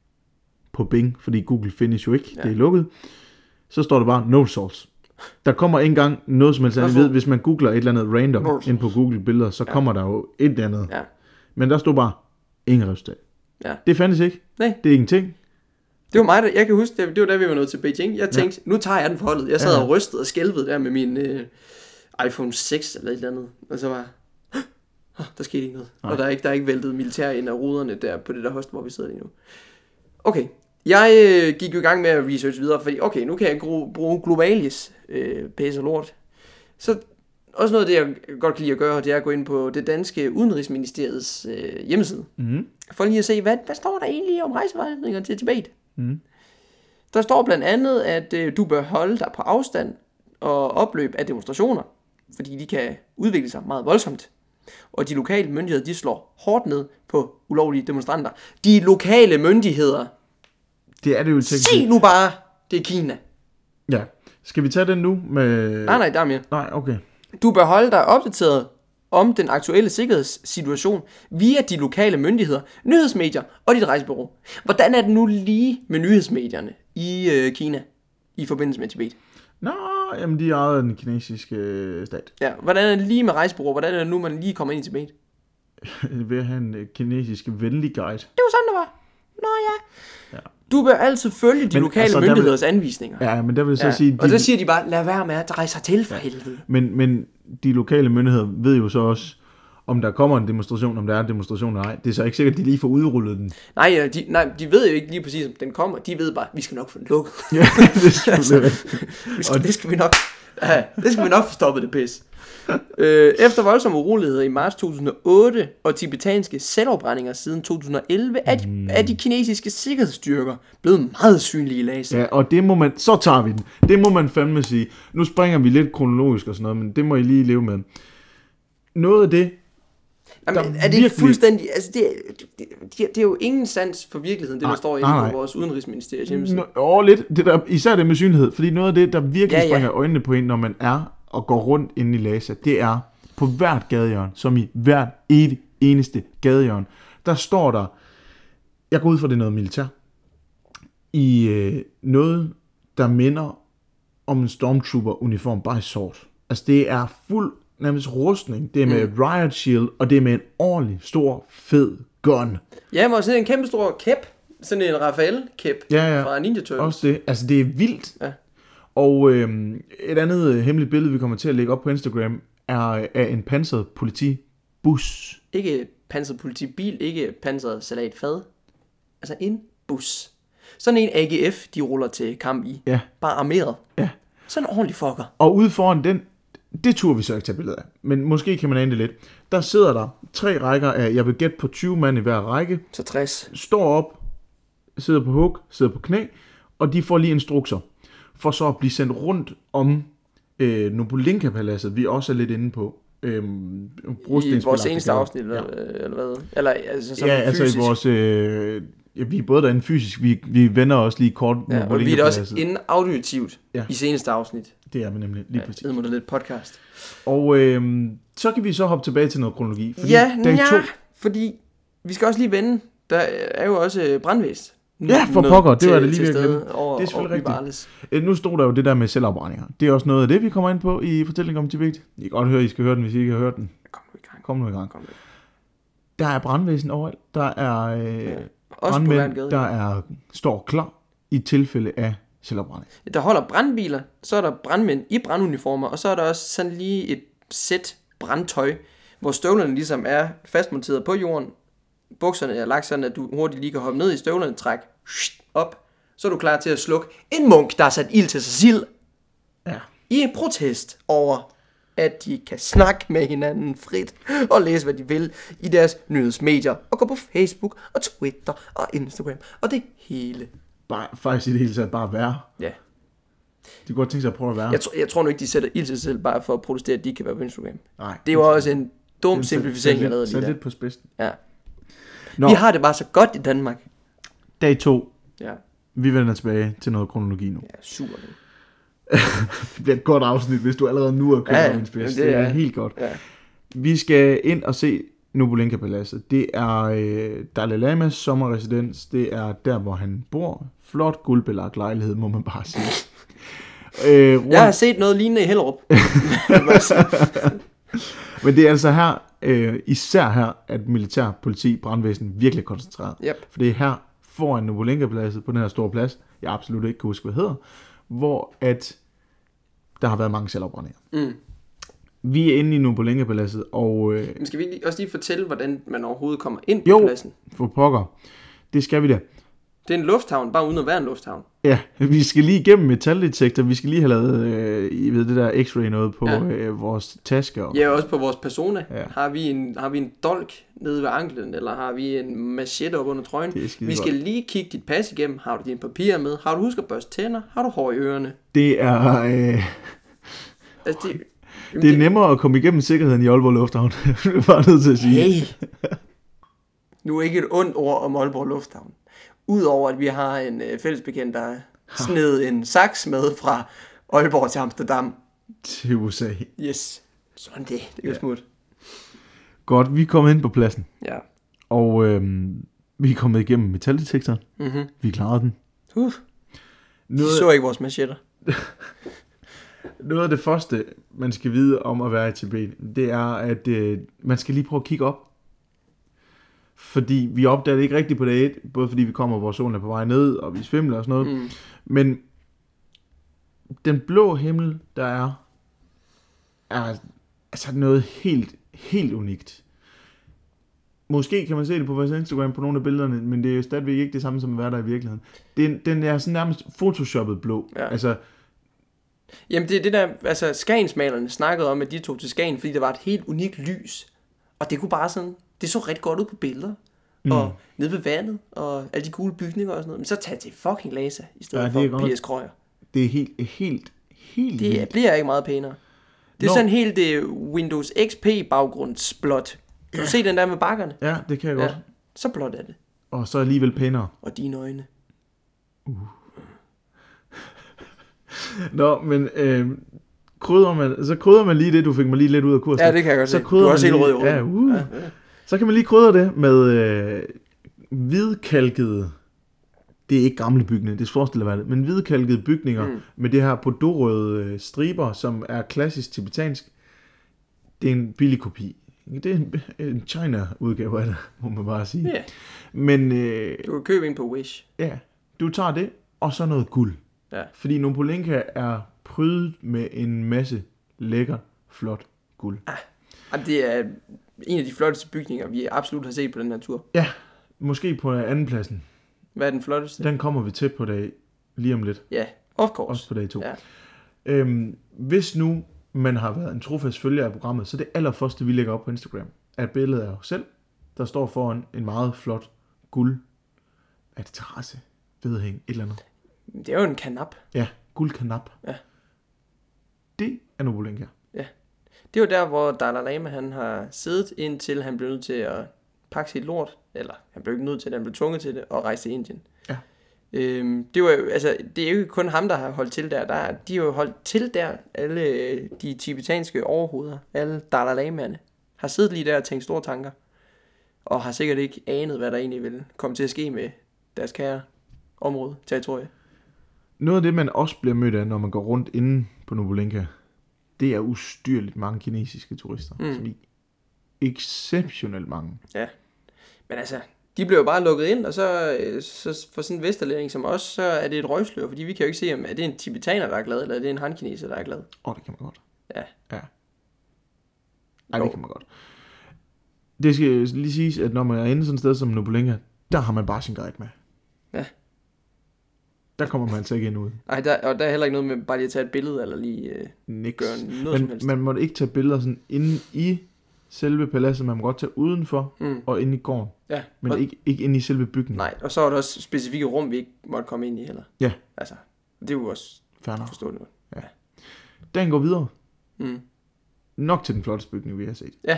på Bing, fordi Google findes jo ikke, ja. Det er lukket, så står der bare no results. Der kommer ikke engang noget som helst andet. Ved, hvis man googler et eller andet random ind på Google billeder, så ja. Kommer der jo et eller andet. Ja. Men der stod bare ingen resultat. Ja. Det fandtes ikke. Nej. Det er ingenting. Det var mig, der, jeg kan huske, det, det var da vi var nået til Beijing. Jeg tænkte, ja. Nu tager jeg den for holdet. Jeg sad ja. Og rystede og skælvede der med min øh, iPhone seks eller et eller andet. Og så var oh, der skete ikke noget. Nej. Og der er ikke, der er ikke væltet militær ind af ruderne der på det der hostel, hvor vi sidder lige nu. Okay. Jeg øh, gik jo i gang med at research videre, fordi okay, nu kan jeg gro- bruge Globalis øh, pæs og lort. Så også noget af det, jeg godt kan lide at gøre, det er at gå ind på det danske Udenrigsministeriets øh, hjemmeside. Mm. For lige at se, hvad, hvad står der egentlig om rejsevejledninger til Tibet? Mm. Der står blandt andet, at øh, du bør holde dig på afstand og opløb af demonstrationer, fordi de kan udvikle sig meget voldsomt. Og de lokale myndigheder, de slår hårdt ned på ulovlige demonstranter. De lokale myndigheder... Det er det jo teknisk. Se nu bare, det er Kina. Ja. Skal vi tage den nu med... Nej, nej, der er mere. Nej, okay. Du bør holde dig opdateret om den aktuelle sikkerhedssituation via de lokale myndigheder, nyhedsmedier og dit rejsebureau. Hvordan er det nu lige med nyhedsmedierne i øh, Kina i forbindelse med Tibet? Nå, jamen, de er ejet af den kinesiske øh, stat. Ja, hvordan er det lige med rejsebureau? Hvordan er det nu, man lige kommer ind i Tibet? Ved at have en øh, kinesisk venlig guide. Det var sådan, det var. Nå ja. Ja. Du bør altid følge de Men, lokale altså, der myndigheders vil- anvisninger. Ja, men der vil så Ja. sige... Og de- så siger de bare, lad være med at rejse til for helvede. Men, men de lokale myndigheder ved jo så også, om der kommer en demonstration, om der er en demonstration eller ej. Det er så ikke sikkert, at de lige får udrullet den. Nej, de, nej, de ved jo ikke lige præcis, om den kommer. De ved bare, vi skal nok få den lukket. Ja, det er selvfølgelig rigtigt. vi skal, det skal vi nok... Ja, det skal vi nok få stoppet det pis. Øh, efter voldsomme uroligheder i marts to tusind og otte og tibetanske selvafbrændinger siden to tusind og elleve, er de, mm. er de kinesiske sikkerhedsstyrker blevet meget synlige i Lhasa. Ja, og det må man... Så tager vi den. Det må man fandme sige. Nu springer vi lidt kronologisk og sådan noget, men det må I lige leve med. Noget af det... Jamen, er det ikke virkelig- fuldstændig... Altså, det, det, det, det er jo ingen sans for virkeligheden, det der Nej, står inde nej, på nej. vores udenrigsministeriets hjemmeside. Nå, åh, lidt. Det der, især det med synlighed. Fordi noget af det, der virkelig Ja, ja. springer øjnene på en, når man er og går rundt inde i Lhasa, det er på hvert gadehjørne, som i hvert evig eneste gadehjørne, der står der, jeg går ud fra det er noget militær, i øh, noget, der minder om en stormtrooper-uniform, bare i sort. Altså det er fuld nærmest rustning, det er med mm. riot shield, og det er med en ordentlig, stor, fed gun. Ja, men også sådan en kæmpe stor kæp. Sådan en Raphael-kæp Ja, ja. fra Ninja Turtles. Også det. Altså det er vildt. Ja. Og øhm, et andet øh, hemmeligt billede, vi kommer til at lægge op på Instagram, er af en pansret politibus. Ikke pansret politibil, ikke pansret salatfad. Altså en bus. Sådan en A G F, de ruller til kamp i. Ja. Bare armeret. Ja. Sådan en ordentlig fucker. Og ude foran den, det turde vi så ikke tage billeder af, men måske kan man ane det lidt. Der sidder der tre rækker af, jeg vil gætte på tyve mand i hver række, Så tres. står op, sidder på hug, sidder på knæ, og de får lige instrukser, for så at blive sendt rundt om øh, Nobulinka-paladset, vi også er lidt inde på. Øhm, I vores seneste afsnit, eller, ja. eller hvad? Eller altså, som Ja, altså fysisk. i vores... Øh, ja, vi er både derinde fysisk, vi, vi vender også lige kort. Ja, og vi er da også Nobulinka-paladset. inde auditivt Ja. i seneste afsnit. Det er vi nemlig, lige Ja, præcis. Edmund og lidt podcast. Og øh, så kan vi så hoppe tilbage til noget kronologi. Fordi Ja, dag ja, to, fordi vi skal også lige vende. Der er jo også brandvæsen. Ja, for pokker, det var det lige ved at glemme. Over, Det er selvfølgelig over rigtigt. Øh, Nu stod der jo det der med selvafbrændinger. Det er også noget af det, vi kommer ind på i fortællingen om Tibet. I kan godt høre, I skal høre den, hvis I ikke har hørt den. Kom nu i gang. Kom nu i gang. Kom nu. Der er brandvæsen overalt. Der er øh, Ja, også på brandmænd, Værngade. der er, står klar i tilfælde af selvafbrænding. Der holder brandbiler, så er der brandmænd i branduniformer, og så er der også sådan lige et sæt brandtøj, hvor støvlerne ligesom er fastmonteret på jorden. Bukserne er lagt sådan, at du hurtigt lige kan hoppe ned i støvlerne, træk op, så er du klar til at slukke en munk, der har sat ild til sig selv. Ja. I en protest over, at de kan snakke med hinanden frit og læse, hvad de vil i deres nyhedsmedier, og gå på Facebook og Twitter og Instagram og det hele. Bare, faktisk i det hele taget bare være. Ja. De kunne godt tænke sig at prøve at være. Jeg, tror, jeg tror nu ikke, de sætter ild til sig selv bare for at protestere, at de kan være på Instagram. Nej. Det var også en dum Den simplificering, jeg lavede Sæt lige der. lidt på spidsen. Ja. Nå, Vi har det bare så godt i Danmark. dag to. Ja, Vi vender tilbage til noget kronologi nu. ja super. Det bliver et godt afsnit, hvis du allerede nu er købt Ja, ja, min spids. det Det er er- helt godt. Ja. Vi skal ind og se Nobulinka-paladset. Det er øh, Dalai Lamas sommerresidens. Det er der, hvor han bor. Flot guldbelagt lejlighed, må man bare sige. øh, rundt... Jeg har set noget lignende i Hellerup. Men det er altså her, øh, især her, at militær, politi, brandvæsen virkelig er koncentreret. Yep. For det er her foran Nobulinka-paladset, på den her store plads, jeg absolut ikke kan huske, hvad hedder, hvor at der har været mange selvafbrændinger. Mm. Vi er inde i Nobulinka-paladset, og øh, Men skal vi lige, også lige fortælle, hvordan man overhovedet kommer ind på Jo. pladsen? for pokker, det skal vi da. Det er en lufthavn, bare uden at være en lufthavn. Ja, vi skal lige igennem metaldetektor, vi skal lige have lavet øh, I ved, det der x-ray noget på Ja. øh, vores taske. Og, Ja, også på vores persona. Ja. Har, vi en, har vi en dolk nede ved anklen, eller har vi en machete op under trøjen? Det er skide Vi skal godt. lige kigge dit pas igennem. Har du dine papirer med? Har du husket at børste tænder? Har du hår i ørerne? Det er... Øh, Altså, det, det er nemmere at komme igennem sikkerheden i Aalborg Lufthavn. Det er bare nødt til at sige. Hey! Nu er ikke et ondt ord om Aalborg Lufthavn. Udover at vi har en øh, fællesbekendt, der sned en saks med fra Aalborg til Amsterdam. Til U S A. Yes. Sådan det. Det er jo Ja. smut. Godt, vi er kommet ind på pladsen. Ja. Og øhm, vi er kommet igennem metaldetektoren. Mm-hmm. Vi klarede den. Uh, de Noget, så ikke vores machetter. Noget af det første, man skal vide om at være i Tibet, det er, at øh, man skal lige prøve at kigge op. Fordi vi opdager det ikke rigtigt på dag et, både fordi vi kommer, hvor solen er på vej ned, og vi svimler og sådan noget. Mm. Men den blå himmel, der er, er altså noget helt, helt unikt. Måske kan man se det på vores Instagram på nogle af billederne, men det er jo stadigvæk ikke det samme som at være der i virkeligheden. Den, den er sådan nærmest photoshoppet blå. Ja. Altså, Jamen det er det der, altså Skagensmalerne snakkede om, at de tog til Skagen, fordi der var et helt unikt lys. Og det kunne bare sådan, det så rigtig godt ud på billeder. Mm. Og nede ved vandet, og alle de gule bygninger og sådan noget. Men så tag til fucking Lhasa, i stedet ja, for P S Krøyer. Det er helt, helt, helt Det vildt. Bliver ikke meget pænere. Det er Nå. sådan helt det Windows X P baggrundsblåt. Kan ja. du se den der med bakkerne? Ja, det kan jeg godt. Ja, så blåt er det. Og så alligevel pænere. Og dine øjne. Uh. Nå, men øh, krydder man, så krydder man lige det, du fik mig lige lidt ud af kursen. Ja, det kan jeg godt så se. Du er også helt rød i rød. Ja, uh. ja, ja. Så kan man lige krydre det med øh, hvidkalkede, det er ikke gamle bygninger, det forestiller være det, men hvidkalkede bygninger mm. med det her bordeaux-røde øh, striber, som er klassisk tibetansk. Det er en billig kopi. Det er en, en China-udgave af det, må man bare sige. Yeah. Men, øh, du kan købe ind på Wish. Ja, du tager det, og så noget guld. Ja. Fordi Novolenka er prydet med en masse lækker, flot guld. Ah, det er en af de flotteste bygninger, vi absolut har set på den her tur. Ja, måske på andenpladsen. Hvad er den flotteste? Den kommer vi til på dag lige om lidt. Ja, yeah, of course. Også på dag to. Ja. Øhm, hvis nu man har været en trofast følger af programmet, så det allerførste, vi lægger op på Instagram, er et billede af os selv, der står foran en meget flot guld. Er det terrasse? Vedhæng? Et eller andet? Det er jo en kanap. Ja, guldkanap. Ja. Det er Novolenka. Ja. Det var der, hvor Dalai Lama han har siddet, indtil han blev nødt til at pakke sit lort, eller han blev ikke nødt til det, han blev tvunget til det, og rejse til Indien. Ja. Øhm, det var jo, altså, det er jo ikke kun ham, der har holdt til der. der er, de har jo holdt til der, alle de tibetanske overhoveder, alle Dalai Lamaerne, har siddet lige der og tænkt store tanker, og har sikkert ikke anet, hvad der egentlig ville komme til at ske med deres kære område, territorie. Noget af det, man også bliver mødt af, når man går rundt inde på Novolenka, det er ustyrligt mange kinesiske turister. Mm. Som exceptionelt mange. Ja, men altså, de blev jo bare lukket ind, og så, så for sådan en vesterlænding som os, så er det et røgslør, fordi vi kan jo ikke se, om er det en tibetaner, der er glad, eller er det en han-kineser, der er glad. Åh, oh, det kan man godt. Ja. Ja. Ej, det kan man godt. Det skal lige siges, at når man er inde sådan et sted som Novolenka, der har man bare sin guide med. Ja. Der kommer man altså ikke ind ud. Nej, der, og der er heller ikke noget med bare lige at tage et billede, eller lige øh, gøre noget Men, som helst. Man måtte ikke tage billeder sådan inde i selve paladset, man må godt tage udenfor, mm. og inde i gården. Ja. Men og, ikke, ikke inde i selve bygningen. Nej, og så er der også specifikke rum, vi ikke måtte komme ind i heller. Ja. Altså, det er jo også forståeligt. Ja. Den går videre. Mm. Nok til den flotteste bygning, vi har set. Ja.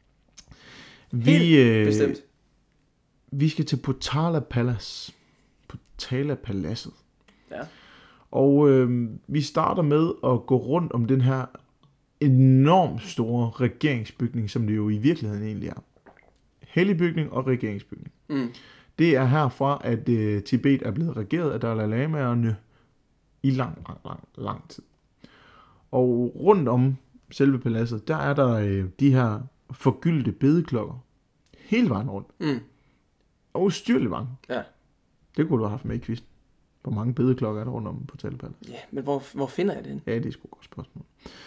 Vi, Helt øh, bestemt. Vi skal til Potala Palace. Potala Paladset. Ja. Og øh, vi starter med at gå rundt om den her enormt store regeringsbygning, som det jo i virkeligheden egentlig er. Hellig bygning og regeringsbygning. Mm. Det er herfra, at øh, Tibet er blevet regeret af Dalai Lamaerne i lang, lang, lang, lang tid. Og rundt om selve paladset, der er der øh, de her forgyldte bedeklokker. Hele vejen rundt. Mm. Og ustyrligt mange. Ja. Det kunne du have haft med i quizzen. Hvor mange bedeklokker er der rundt om Potala Palace? Ja, men hvor, hvor finder jeg den? Ja, det er sgu et godt spørgsmål.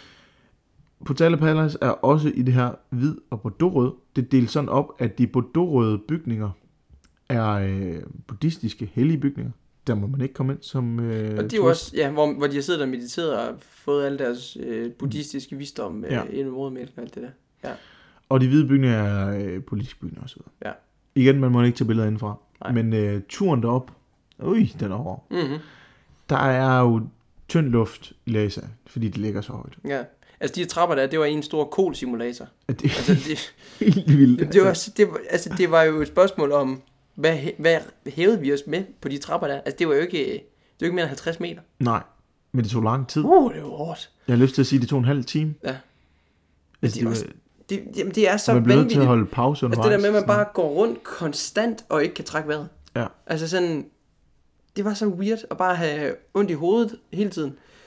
Potala Palace er også i det her hvid og bordeaux-rød. Det deles sådan op, at de bordeaux-røde bygninger er øh, buddhistiske hellige bygninger. Der må man ikke komme ind som øh, og det er jo også, ja, hvor, hvor de har siddet og mediteret og fået alle deres øh, buddhistiske visdom øh, ja. ind mod med og alt det der. Ja. Og de hvide bygninger er øh, politiske bygninger osv. Ja. Igen, man må ikke tage billeder indenfra. Nej. Men øh, turen derop, ui, den er hård. Mm-hmm. Der er jo tynd luft i Lhasa, fordi det ligger så højt. Ja. Altså de her trapper der, det var en stor kol-simulator. Ja, det altså, det, helt vildt. Det, det, var, det, var, altså, det var jo et spørgsmål om, hvad, hvad hævede vi os med på de trapper der? Altså det var jo ikke, det var ikke mere end halvtreds meter. Nej, men det tog lang tid. Uh, det var hårdt. Jeg har lyst til at sige, at det tog en halv time. Ja. Altså, det, det, også, det, jamen, det er så man vanvittigt. Man bliver nødt til at holde pause undervejs. Altså det der med, at man bare går rundt konstant og ikke kan trække vejret. Ja. Altså sådan, det var så weird at bare have ondt i hovedet hele tiden.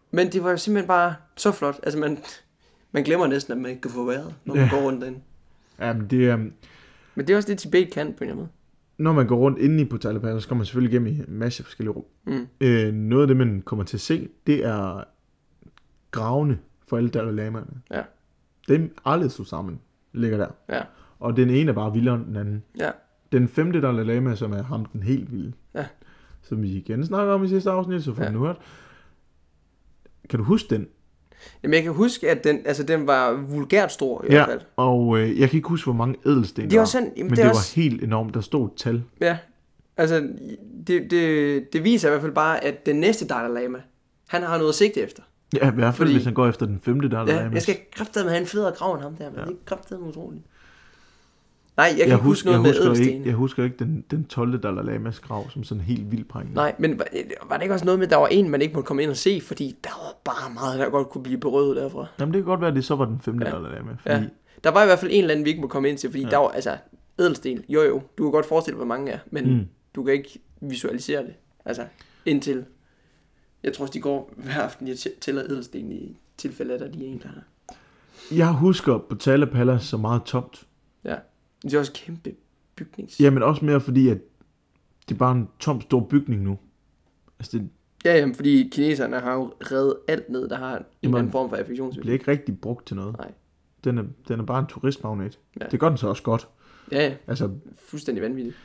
Men det var jo simpelthen bare så flot. Altså man, man glemmer næsten, at man ikke kan få vejret, når man ja. går rundt derinde. Ja, men det er... Um... Men det er også det, Tibet kan på en eller anden måde. Når man går rundt inde i Potala Palace, så kommer man selvfølgelig igennem en masse forskellige rum. Mm. Øh, noget af det, man kommer til at se, det er gravene for alle Dalai Lamaerne. Ja. Dem aldrig stod sammen, ligger der. Ja. Og den ene er bare vildere end den anden. Ja. Den femte Dalai Lama, som er ham den helt vilde. Ja. Som vi igen snakker om i sidste afsnit, så får ja. du hørt. Kan du huske den? Jamen jeg kan huske, at den, altså, den var vulgært stor i ja, hvert fald. og øh, jeg kan ikke huske, hvor mange ædelsten det var. Sådan, jamen, men det, det var også... helt enormt. Der stod et tal. Ja, altså det, det, det viser i hvert fald bare, at den næste Dalai Lama, han har noget at sigte efter. Ja, i hvert fald, fordi, hvis han går efter den femte Dalai Lama. Ja, jeg skal kraftedeme have en federe grav end ham der, men ja. det er ikke kraftedeme utroligt. Nej, jeg kan jeg ikke huske noget jeg med husker ædelsten. Ikke, jeg husker ikke den, den tolvte Dalai Lamas grav, som sådan helt vildt prængende. Nej, men var, var det ikke også noget med, at der var en, man ikke måtte komme ind og se, fordi der var bare meget, der godt kunne blive berøvet derfra? Jamen det kan godt være, at det så var den femte ja. Dalai Lama. Fordi... Ja. Der var i hvert fald en eller anden, vi ikke måtte komme ind til, fordi ja. der var, altså, ædelsten, jo jo, du kan godt forestille, hvor mange er, men mm. du kan ikke visualisere det, altså, indtil, jeg tror, de går hver aften, jeg tæller ædelsten i tilfælde af, at de er en, der har. Jeg husker Potala Palace så meget tomt. Ja, det er også kæmpe bygnings. Jamen også mere fordi, at det er bare en tom stor bygning nu. Altså det... Ja, jamen, fordi kineserne har jo reddet alt ned, der har en eller anden form for affektionsværdi. Det bliver ikke rigtig brugt til noget. Nej. Den er, den er bare en turistmagnet. Ja. Det gør den så også godt. Ja, ja. Altså, fuldstændig vanvittigt.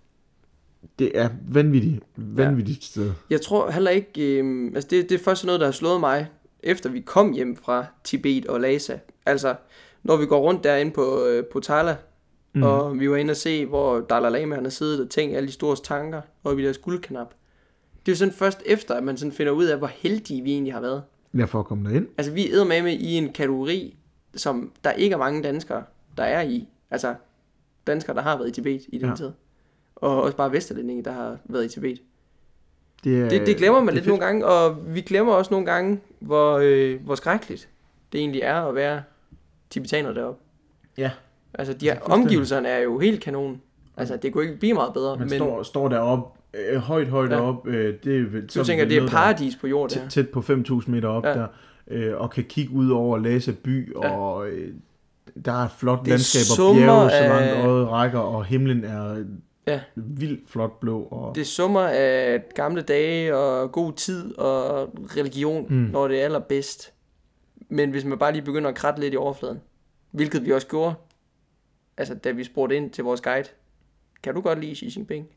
Det er vanvittigt, vanvittigt ja. sted. Jeg tror heller ikke, øh, altså det, det er først noget, der har slået mig, efter vi kom hjem fra Tibet og Lhasa. Altså, når vi går rundt derinde på øh, Potala, mm. og vi var inde og se, hvor Dalai Lama han har siddet og tænkt alle de store tanker oppe i deres guldkanap. Det er jo sådan først efter, at man sådan finder ud af, hvor heldige vi egentlig har været. Ja, for at komme derind. Altså, vi er med i en kategori, som der ikke er mange danskere, der er i. Altså, danskere, der har været i Tibet i den ja. tid. Og også bare vesterlændinge, der har været i Tibet. Det, er, det, det glemmer man det lidt fedt. Nogle gange, og vi glemmer også nogle gange, hvor, øh, hvor skrækkeligt det egentlig er at være tibetaner deroppe. Ja. Altså, de her, omgivelserne er jo helt kanon. Altså, det kunne ikke blive meget bedre. Man men står, står deroppe, øh, højt, højt ja. op. Øh, det er, du tænker, det er paradis på jorden. Tæt, tæt på fem tusind meter op ja. der, øh, og kan kigge ud over Lhasa by, ja. og øh, der er et flot landskab og bjerge, så langt øjet rækker, og himlen er... Ja. Vildt flot blå. Og... Det summer af gamle dage og god tid og religion, mm. når det er allerbedst. Men hvis man bare lige begynder at kratte lidt i overfladen, hvilket vi også gjorde, altså da vi spurgte ind til vores guide, kan du godt lide Xi Jinping?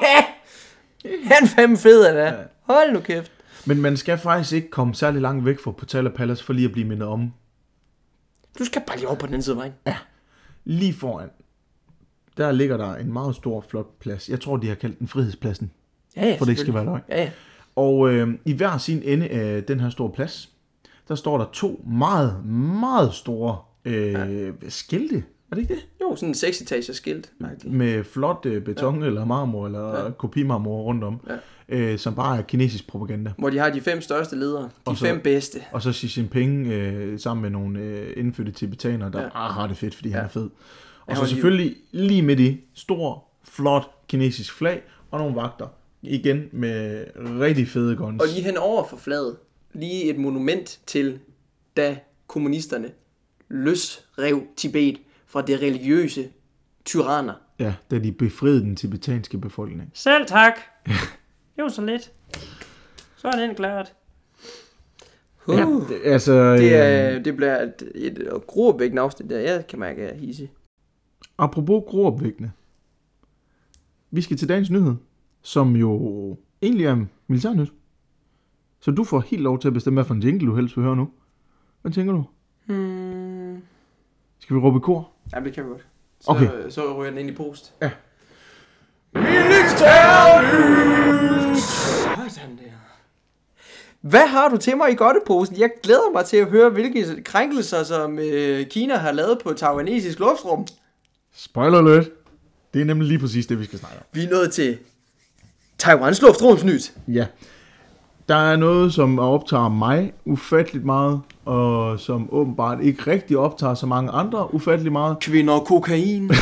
Han er fandme fed af det. Ja. Hold nu kæft. Men man skal faktisk ikke komme særlig langt væk fra Potala Palace for lige at blive mindet om. Du skal bare lige over på den anden side af vejen. Ja, lige foran. Der ligger der en meget stor, flot plads. Jeg tror, de har kaldt den Frihedspladsen. Ja, ja, for det ikke skal være løgn. Ja, ja. Og øh, i hver sin ende af den her store plads, der står der to meget, meget store øh, ja. skilte. Er det ikke det? Jo, sådan en seks-etager skilt. Med flot øh, beton ja. eller marmor, eller ja. kopimarmor rundt om, ja. øh, som bare er kinesisk propaganda. Hvor de har de fem største ledere, de så, fem bedste. Og så Xi Jinping øh, sammen med nogle øh, indfødte tibetanere, der ja. bare har det fedt, fordi ja. han er fed. Og så selvfølgelig lige midt i, stor, flot kinesisk flag, og nogle vagter. Igen med rigtig fede guns. Og lige hen over for flaget, lige et monument til, da kommunisterne løsrev Tibet fra det religiøse tyranner. Ja, da de befriede den tibetanske befolkning. Selv tak. Det var så lidt. Så er den klart. Uh, ja, det, altså, det, er, det bliver et, et gruopvækkende afsnit der. Jeg kan mærke, at jeg er hissig. Apropos gruopvækkende. Vi skal til dagens nyhed, som jo egentlig er militærnyt. Så du får helt lov til at bestemme, hvad for en jingle du helst vil høre nu. Hvad tænker du? Hmm. Skal vi råbe i kor? Ja, det kan vi godt. Så, okay. Så ryger den ind i post. Ja. Militærnyt! Sådan der. Hvad har du til mig i godteposen? Jeg glæder mig til at høre, hvilke krænkelser, som øh, Kina har lavet på taiwanesisk luftrum. Spoiler alert. Det er nemlig lige præcis det, vi skal snakke om. Vi er nået til Taiwans luftrumsnyt. Ja. Der er noget, som optager mig ufatteligt meget, og som åbenbart ikke rigtig optager så mange andre ufatteligt meget. Kvinder og kokain.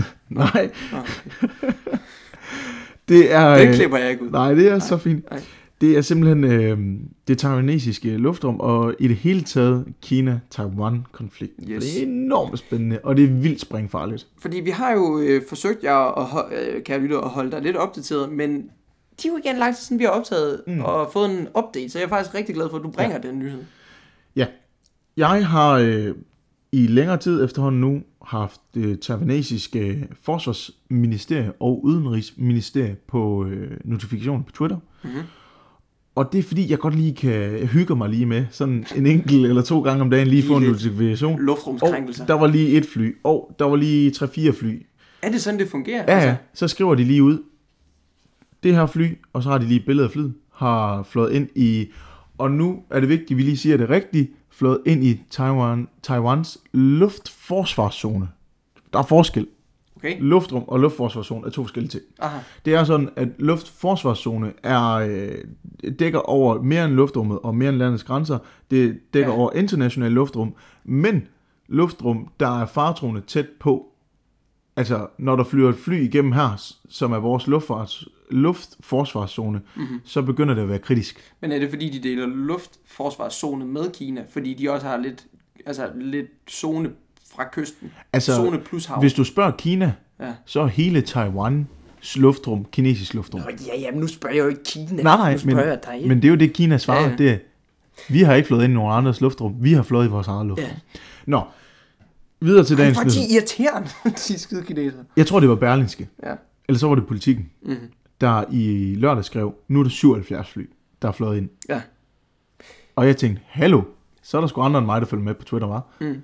Nej. Okay. det er... Det klipper jeg ikke ud. Nej, det er nej, så fint. Nej. Det er simpelthen øh, det taiwanesiske luftrum, og i det hele taget Kina-Taiwan-konflikten. Yes. Det er enormt spændende, og det er vildt springfarligt. Fordi vi har jo øh, forsøgt jer at, øh, kan jeg lytte, at holde dig lidt opdateret, men det er jo igen lang tid siden, vi har optaget mm. og fået en update, så jeg er faktisk rigtig glad for, at du bringer ja. den nyhed. Ja, jeg har øh, i længere tid efterhånden nu haft det taiwanesiske forsvarsministerie og udenrigsministerie på øh, notifikationer på Twitter. Mm-hmm. Og det er fordi, jeg godt lige kan hygge mig lige med sådan en enkelt eller to gange om dagen lige få en notifikation. Luftrumskrænkelser. Og der var lige et fly, og der var lige tre-fire fly. Er det sådan, det fungerer? Ja, altså? Så skriver de lige ud, det her fly, og så har de lige et billede af flyet, har flået ind i, og nu er det vigtigt, at vi lige siger det rigtigt, flået ind i Taiwan, Taiwans luftforsvarszone. Der er forskel. Okay. Luftrum og luftforsvarszone er to forskellige ting. Aha. Det er sådan, at luftforsvarszone er, øh, dækker over mere end luftrummet og mere end landets grænser. Det dækker ja. over international luftrum, men luftrum, der er faretruende tæt på. Altså, når der flyver et fly igennem her, som er vores luftfars, luftforsvarszone, mm-hmm. så begynder det at være kritisk. Men er det fordi, de deler luftforsvarszone med Kina? Fordi de også har lidt, altså, lidt zone fra kysten? Altså, zone plus hav. Hvis du spørger Kina, ja. så er hele Taiwans luftrum kinesisk luftrum. Nå, ja, ja, men nu spørger jeg jo ikke Kina. Nej, nej, men, men det er jo det, Kina svarer. Ja, ja. Det er, vi har ikke flået ind i nogen andres luftrum. Vi har flået i vores eget luftrum. Ja. Nå, videre til dagens nyhed. Det er irriterende, de skide kineser. Jeg tror, det var Berlingske. Ja. Eller så var det Politikken, mm-hmm. der i lørdag skrev, nu er der syvoghalvfjerds fly, der er flået ind. Ja. Og jeg tænkte, hallo, så er der sgu andre end mig, der følger med på Twitter, var. Mm.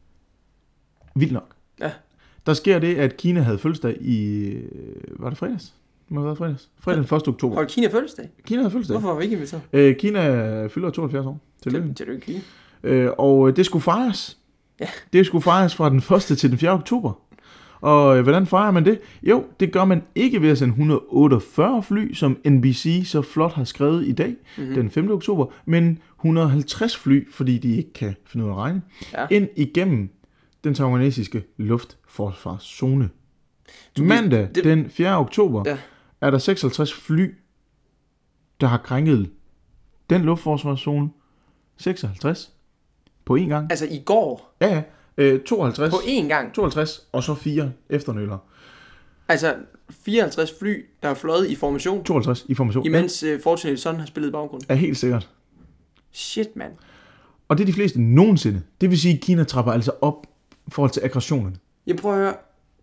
Vildt nok. Ja. Der sker det, at Kina havde fødselsdag i, var det fredags? Det må have været fredags. Fredag den første oktober. Holdt Kina fødselsdag? Kina havde fødselsdag. Hvorfor var vi ikke inviteret? Øh, Kina fylder tooghalvfjerds år. Tillykke. Tillykke, Kina. Øh, og det skulle fejres. Ja. Det skulle fejres fra den første til den fjerde oktober. Og øh, hvordan fejrer man det? Jo, det gør man ikke ved at sende et hundrede og otteogfyrre fly, som N B C så flot har skrevet i dag, mm-hmm. den femte oktober, men et hundrede og halvtreds fly, fordi de ikke kan finde ud af at regne, ja. ind igennem den taiwanesiske luftforsvarszone. Mandag, det... den fjerde oktober, ja. er der seksoghalvtreds fly, der har krænket den luftforsvarszone. seksoghalvtreds på én gang. Altså i går? Ja, ja. Øh, tooghalvtreds. På én gang? tooghalvtreds, og så fire efternøller. Altså fireoghalvtreds fly, der er fløjet i formation? tooghalvtreds i formation. Imens ja. uh, Fortunate Son har spillet i baggrunden? Ja, helt sikkert. Shit, mand. Og det er de fleste nogensinde. Det vil sige, at Kina trapper altså op i forhold til aggressionen. Jeg prøver at høre.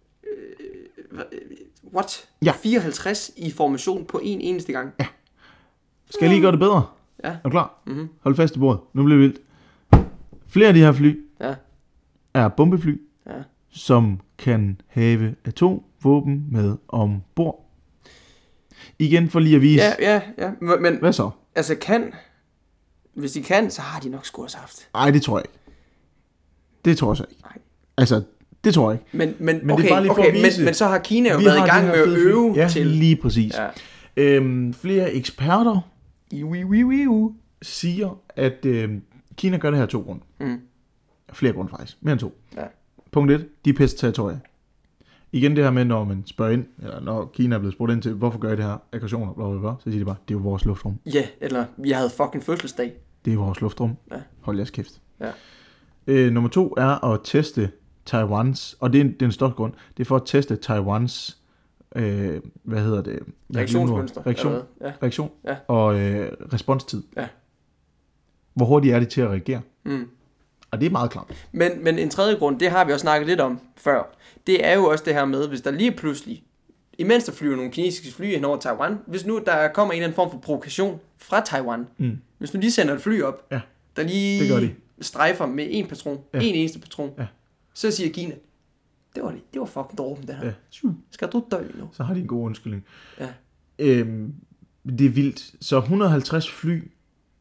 Uh, what? Ja. fireoghalvtreds i formation på en eneste gang? Ja. Skal jeg lige gøre det bedre? Ja. Er du klar? Mm-hmm. Hold fast i bordet. Nu bliver det vildt. Flere af de her fly ja. er bombefly, ja. som kan have atomvåben med ombord. Igen for lige at vise. Ja, ja, ja. Men, hvad så? Altså kan, hvis de kan, så har de nok sgu også haft. Nej, det tror jeg ikke. Det tror jeg så ikke. Nej. Altså, det tror jeg ikke. Men, men, men okay, det er bare lige for okay, at vise, men, men så har Kina jo været i gang med at øve ja, til. Lige præcis. Ja. Øhm, flere eksperter I, ui, ui, ui, ui. siger, at øhm, Kina gør det her af to grunde. Mm. Flere grunde faktisk. Mere end to. Ja. Punkt et. De er pisse territorier. Igen det her med, når man spørger ind, eller når Kina er blevet spurgt ind til, hvorfor gør I det her aggressioner, bla, bla, bla, så siger de bare, det er jo vores luftrum. Ja, eller vi havde fucking fødselsdag. Det er vores luftrum. Ja. Hold jeres kæft. Ja. Øh, nummer to er at teste Taiwans, og det er en, det er en stor grund, det er for at teste Taiwans, øh, hvad hedder det? Reaktionsmønster. Reaktion, ja. reaktion ja. og øh, responstid. Ja. Hvor hurtigt er det til at reagere? Mm. Og det er meget klart. Men, men en tredje grund, det har vi også snakket lidt om før, det er jo også det her med, hvis der lige pludselig, imens der flyver nogle kinesiske fly hen over Taiwan, hvis nu der kommer en eller anden form for provokation fra Taiwan, mm. hvis nu de sender et fly op, ja. der lige de. strejfer med en patron, ja. en eneste patron, ja. så siger Kina, det var, det var fucking dråben det her. Ja. Skal du dø nu? Så har de en god undskyldning. Ja. Øhm, det er vildt. Så et hundrede og halvtreds fly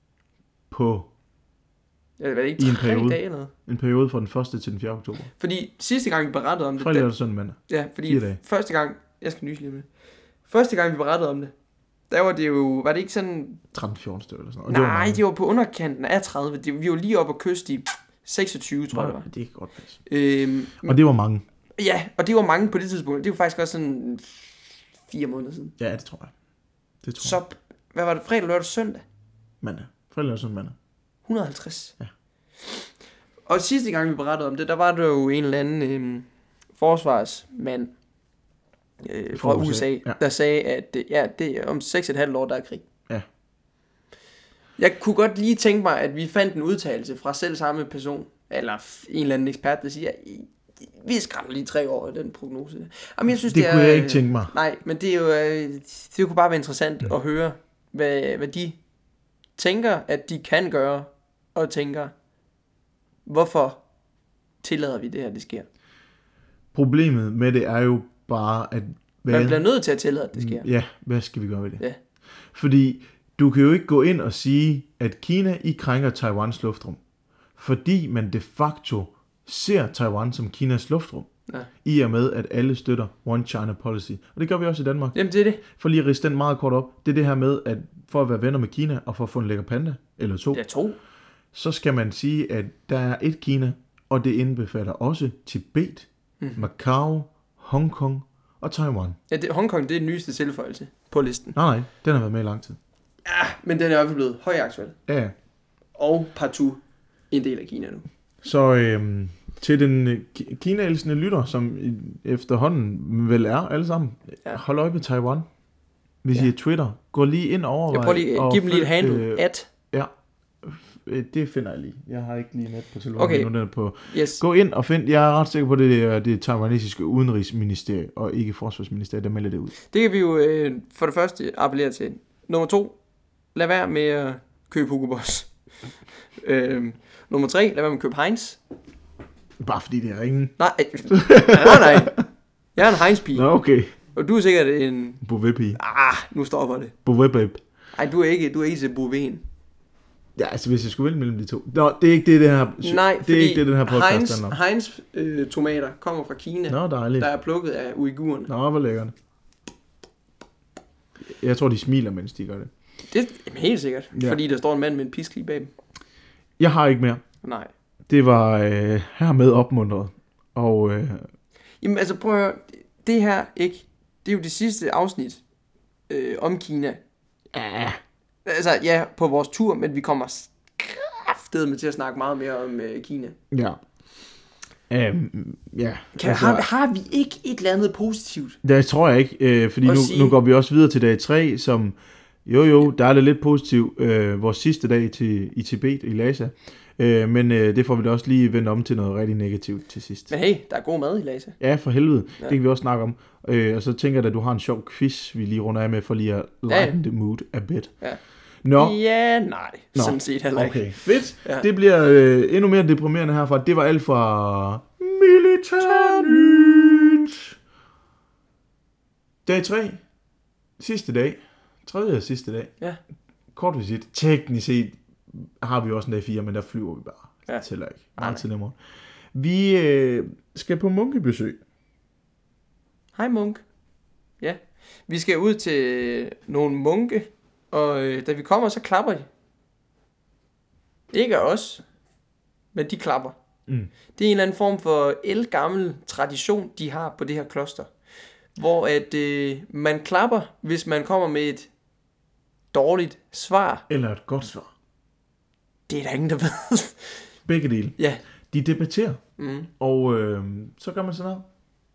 på ja, det var ikke i en periode, dage eller noget. En periode fra den første til den fjerde oktober. Fordi sidste gang vi berettede om det... Fredag eller søndag mandag. Ja, fordi første gang... Jeg skal nyse lige med. Første gang vi berettede om det, der var det jo... Var det ikke sådan... tretten fjorten stykker eller sådan noget. Nej, det var, det var på underkanten af tredive. Det, vi var lige oppe og kyste i seksogtyve, tror jeg. Var. Det er godt passe. Øhm, og det var mange. Ja, og det var mange på det tidspunkt. Det var faktisk også sådan fire måneder siden. Ja, det tror jeg. Det tror Så jeg. hvad var det, fredag, lørdag, søndag? Mandag. Fredag, lørdag, søndag, mandag. et hundrede og halvtreds. Ja. Og sidste gang, vi berettede om det, der var der jo en eller anden øh, forsvarsmand øh, fra U S A, ja. der sagde, at øh, ja, det er om seks og et halvt år, der er krig. Ja. Jeg kunne godt lige tænke mig, at vi fandt en udtalelse fra selv samme person, eller en eller anden ekspert, der siger, vi skræmmer lige tre år i den prognose. Jamen, jeg synes, det, det kunne er, jeg ikke tænke mig. Nej, men det er jo, det kunne bare være interessant mm. at høre, hvad, hvad de tænker, at de kan gøre, og tænker, hvorfor tillader vi det her, det sker? Problemet med det er jo bare, at... Hvad, man bliver nødt til at tillade, at det sker. Ja, hvad skal vi gøre ved det? Ja. Fordi du kan jo ikke gå ind og sige, at Kina I krænker Taiwans luftrum. Fordi man de facto ser Taiwan som Kinas luftrum. Ja. I og med, at alle støtter One China Policy. Og det gør vi også i Danmark. Jamen det er det. For lige at riste den meget kort op. Det er det her med, at for at være venner med Kina, og for at få en lækker panda, eller to, ja, to. så skal man sige, at der er et Kina, og det indbefatter også Tibet, mm-hmm. Macau, Hongkong og Taiwan. Ja, det, Hongkong, det er den nyeste tilføjelse på listen. Nej, nej, den har været med i lang tid. Ja, men den er også blevet højaktuel. Ja. Og partout en del af Kina nu. Så øhm, til den kinaelsende lytter, som efterhånden vel er alle sammen, ja. Hold øje med Taiwan. Hvis ja. I er Twitter, gå lige ind over. Jeg prøver lige at give dem lige et handle. Øh, at. Ja, det finder jeg lige. Jeg har ikke lige net på telefonen. Okay. Nu, den er på. Yes. Gå ind og find. Jeg er ret sikker på, at det er det taiwanesiske udenrigsministerium, og ikke forsvarsministeriet, der melder det ud. Det kan vi jo øh, for det første appellere til. Nummer to, lad være med at købe Hugo Boss. øhm, nummer tre, lad være med at købe Heinz. Bare fordi det er ingen. Nej, nej, nej. Jeg er en Heinz-pige. Nå, okay. Og du er sikkert en... Beauvais-pige. Ah, nu stopper det. Beauvais-babe. Nej, du er ikke, du er ikke til Beauvais'en. Ja, altså hvis jeg skulle vælge mellem de to. Nå, det er ikke det, det her... Nej, det er ikke det, den her podcast Heinz, handler om. Heinz øh, tomater kommer fra Kina. Nå, dejligt. Der er plukket af uigurerne. Nå, hvor lækkert. Jeg tror, de smiler, mens de gør det. Det er helt sikkert. Ja. Fordi der står en mand med en pisk lige bag dem. Jeg har ikke mere. Nej. Det var øh, hermed opmuntret. Og... Øh... Jamen altså prøv at høre. Det her, ikke? Det er jo det sidste afsnit øh, om Kina. Ja. Altså ja, på vores tur, men vi kommer kraftedeme til at snakke meget mere om øh, Kina. Ja. Um, ja. Kan, altså, har, har vi ikke et eller andet positivt? Det tror jeg ikke, øh, fordi nu, sige... nu går vi også videre til dag tre, som jo jo, der er det lidt positivt, øh, vores sidste dag til, i Tibet, i Lhasa, øh, men øh, det får vi da også lige vendt om til noget rigtig negativt til sidst. Men hey, der er god mad i Lhasa. Ja, for helvede, ja. Det kan vi også snakke om, øh, og så tænker jeg at du har en sjov quiz, vi lige runder af med, for lige at lighten ja. the mood a bit. Ja. Nå. Ja, nej, Nå. Sådan set heller ikke. Okay, fedt. Ja. Det bliver øh, endnu mere deprimerende herfra. Det var alt fra Militærnyt. Dag tre. Sidste dag. Tredje og sidste dag. Ja. Kort visit. Teknisk set har vi også en dag fire, men der flyver vi bare. Ja. Det tæller ikke. Meget til nemmere. Vi øh, skal på munkebesøg. Hej munk. Ja. Vi skal ud til nogle munke. Og øh, da vi kommer, så klapper de. Ikke af os, men de klapper. Mm. Det er en eller anden form for ældgammel tradition, de har på det her kloster. Hvor at øh, man klapper, hvis man kommer med et dårligt svar. Eller et godt svar. Det er der ingen, der ved. Begge dele. Ja. De debatterer. Mm. Og øh, så gør man sådan noget.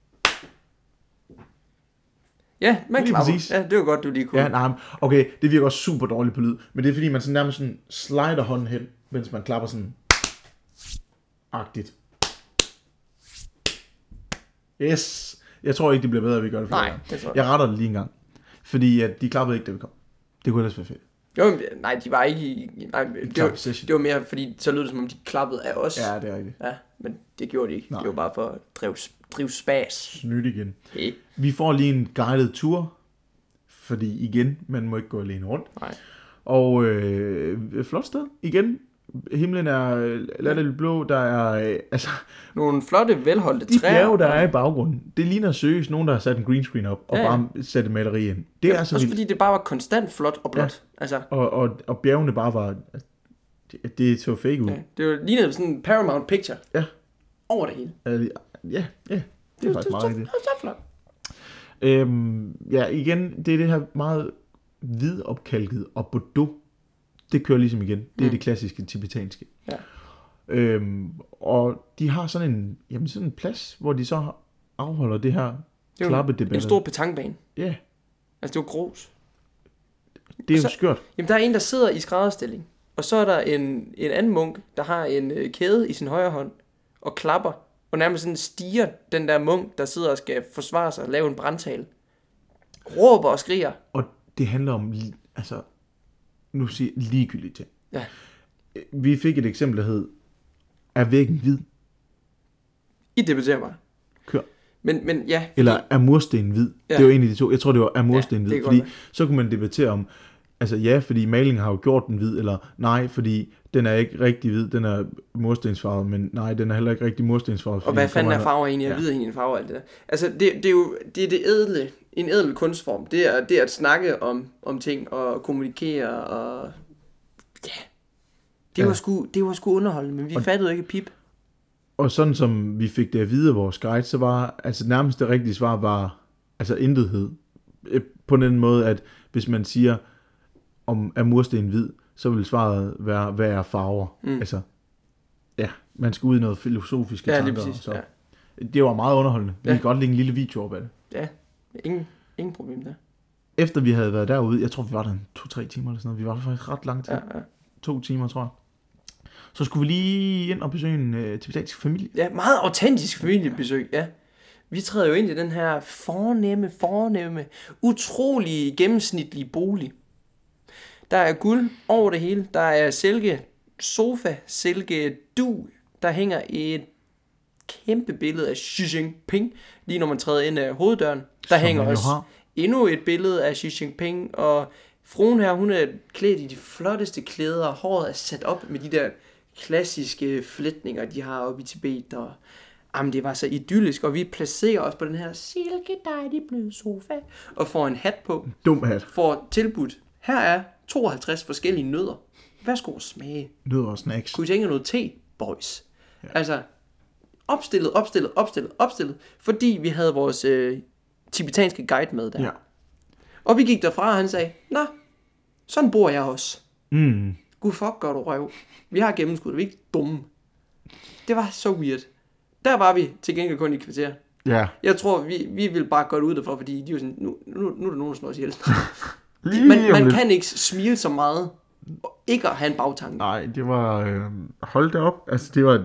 Ja, man klapper. Præcis. Ja, det var godt, du lige kunne. Ja, nej, okay, det virker også super dårligt på lyd, men det er fordi, man sådan nærmest sådan slider hånden hen, mens man klapper sådan agtigt. Yes. Jeg tror ikke, det bliver bedre, at vi gør det flere Nej, det tror jeg. Jeg retter det lige en gang, fordi at de klappede ikke, da vi kom. Det kunne ellers være fedt. Jo, nej, de var ikke i... Nej, det, var, det var mere, fordi så lød det, som om de klappede af os. Ja, det er rigtigt. Ja, men det gjorde de ikke. Nej. Det var bare for at drive, drive spas. Snydt igen. Hey. Vi får lige en guided tour, fordi igen, man må ikke gå alene rundt. Nej. Og øh, flot sted. Igen, himlen er latterligt blå, der er... Øh, altså, nogle flotte, velholdte de træer. De bjerge, der er i baggrunden, det ligner seriøst nogen, der har sat en green screen op, og ja, ja. bare sat et maleri ind. Det ja, er så også vildt. fordi det bare var konstant flot og blåt. Ja. Altså. Og, og, og bjergene bare var... Det, det så fake ud. Ja, det var lignede sådan en Paramount Picture. Ja. Over det hele. Ja, ja, ja det, det er faktisk meget rigtigt. Det er så flot. Øhm, ja, igen, det er det her meget hvidopkalket, og Bordeaux, det kører ligesom igen. Det er mm. det klassiske tibetanske. Ja. Øhm, og de har sådan en, jamen sådan en plads, hvor de så afholder det her klappedebat. En stor petankbane. Ja. Yeah. Altså, det er jo grus. Det er så, jo skørt. Jamen, der er en, der sidder i skrædderstilling. Og så er der en, en anden munk, der har en øh, kæde i sin højre hånd, og klapper, og nærmest sådan stiger den der munk, der sidder og skal forsvare sig og lave en brandtale. Råber og skriger. Og det handler om, altså, nu siger ligegyldigt ting. Ja. Vi fik et eksempel, der hed, er væggen hvid? I debatterer bare. Kør. Men, men ja. Fordi... Eller er mursten hvid? Ja. Det var en af de to. Jeg tror, det var er mursten ja, hvid. Fordi så kunne man debattere om, altså ja, fordi malingen har jo gjort den hvid, eller nej, fordi den er ikke rigtig hvid, den er murstensfarvet, men nej, den er heller ikke rigtig murstensfarvet. Og hvad fanden er farver egentlig? Jeg ja. ved egentlig en farve alt det der. Altså, det, det er jo det, er det edle, en edel kunstform. Det er, det er at snakke om, om ting og kommunikere og ja. Det, ja. Var sgu, det var sgu underholdende, men vi og, fattede ikke pip. Og sådan som vi fik det at vide af vores guide, så var altså nærmest det rigtige svar var altså intethed. På den måde, at hvis man siger, om er mursten hvid, så vil svaret være, hvad er farver? Mm. Altså, ja, man skal ud i noget filosofiske ja, tanker. Præcis, så. Ja. Det var meget underholdende. Vi ja. kan godt lægge en lille video op af det. Ja, ingen, ingen problem der. Efter vi havde været derude, jeg tror vi var der en to-tre timer eller sådan noget, vi var der faktisk ret lang tid. Ja, ja. To timer, tror jeg. Så skulle vi lige ind og besøge en uh, tibetansk familie. Ja, meget autentisk familiebesøg, ja. Vi træder jo ind i den her fornemme, fornemme, utrolig gennemsnitlige bolig. Der er guld over det hele. Der er silke sofa, silke du. Der hænger et kæmpe billede af Xi Jinping, lige når man træder ind af hoveddøren. Der Som hænger også har. endnu et billede af Xi Jinping, og fruen her, hun er klædt i de flotteste klæder, håret er sat op med de der klassiske flætninger, de har oppe i Tibet, og jamen, det var så idyllisk, og vi placerer os på den her silke dejlige bløde sofa, og får en hat på. Dum hat. Får tilbudt, her er tooghalvtreds forskellige nødder. Værsgo at smage. Nødder og snacks. Kunne I tænke noget te, boys? Ja. Altså, opstillet, opstillet, opstillet, opstillet, fordi vi havde vores øh, tibetanske guide med der. Ja. Og vi gik derfra, og han sagde, nå, sådan bor jeg også. Mm. Gud fuck, gør du røv. Vi har gennemskud, vi er ikke dumme. Det var så weird. Der var vi til gengæld kun i kvarter. Ja. Jeg tror, vi, vi ville bare godt ud derfra, fordi de var sådan, nu, nu, nu er der nogen, der slår os ihjel. man man kan ikke smile så meget, og ikke at have en bagtanke. Nej, det var, øh, hold det op. Altså, det var,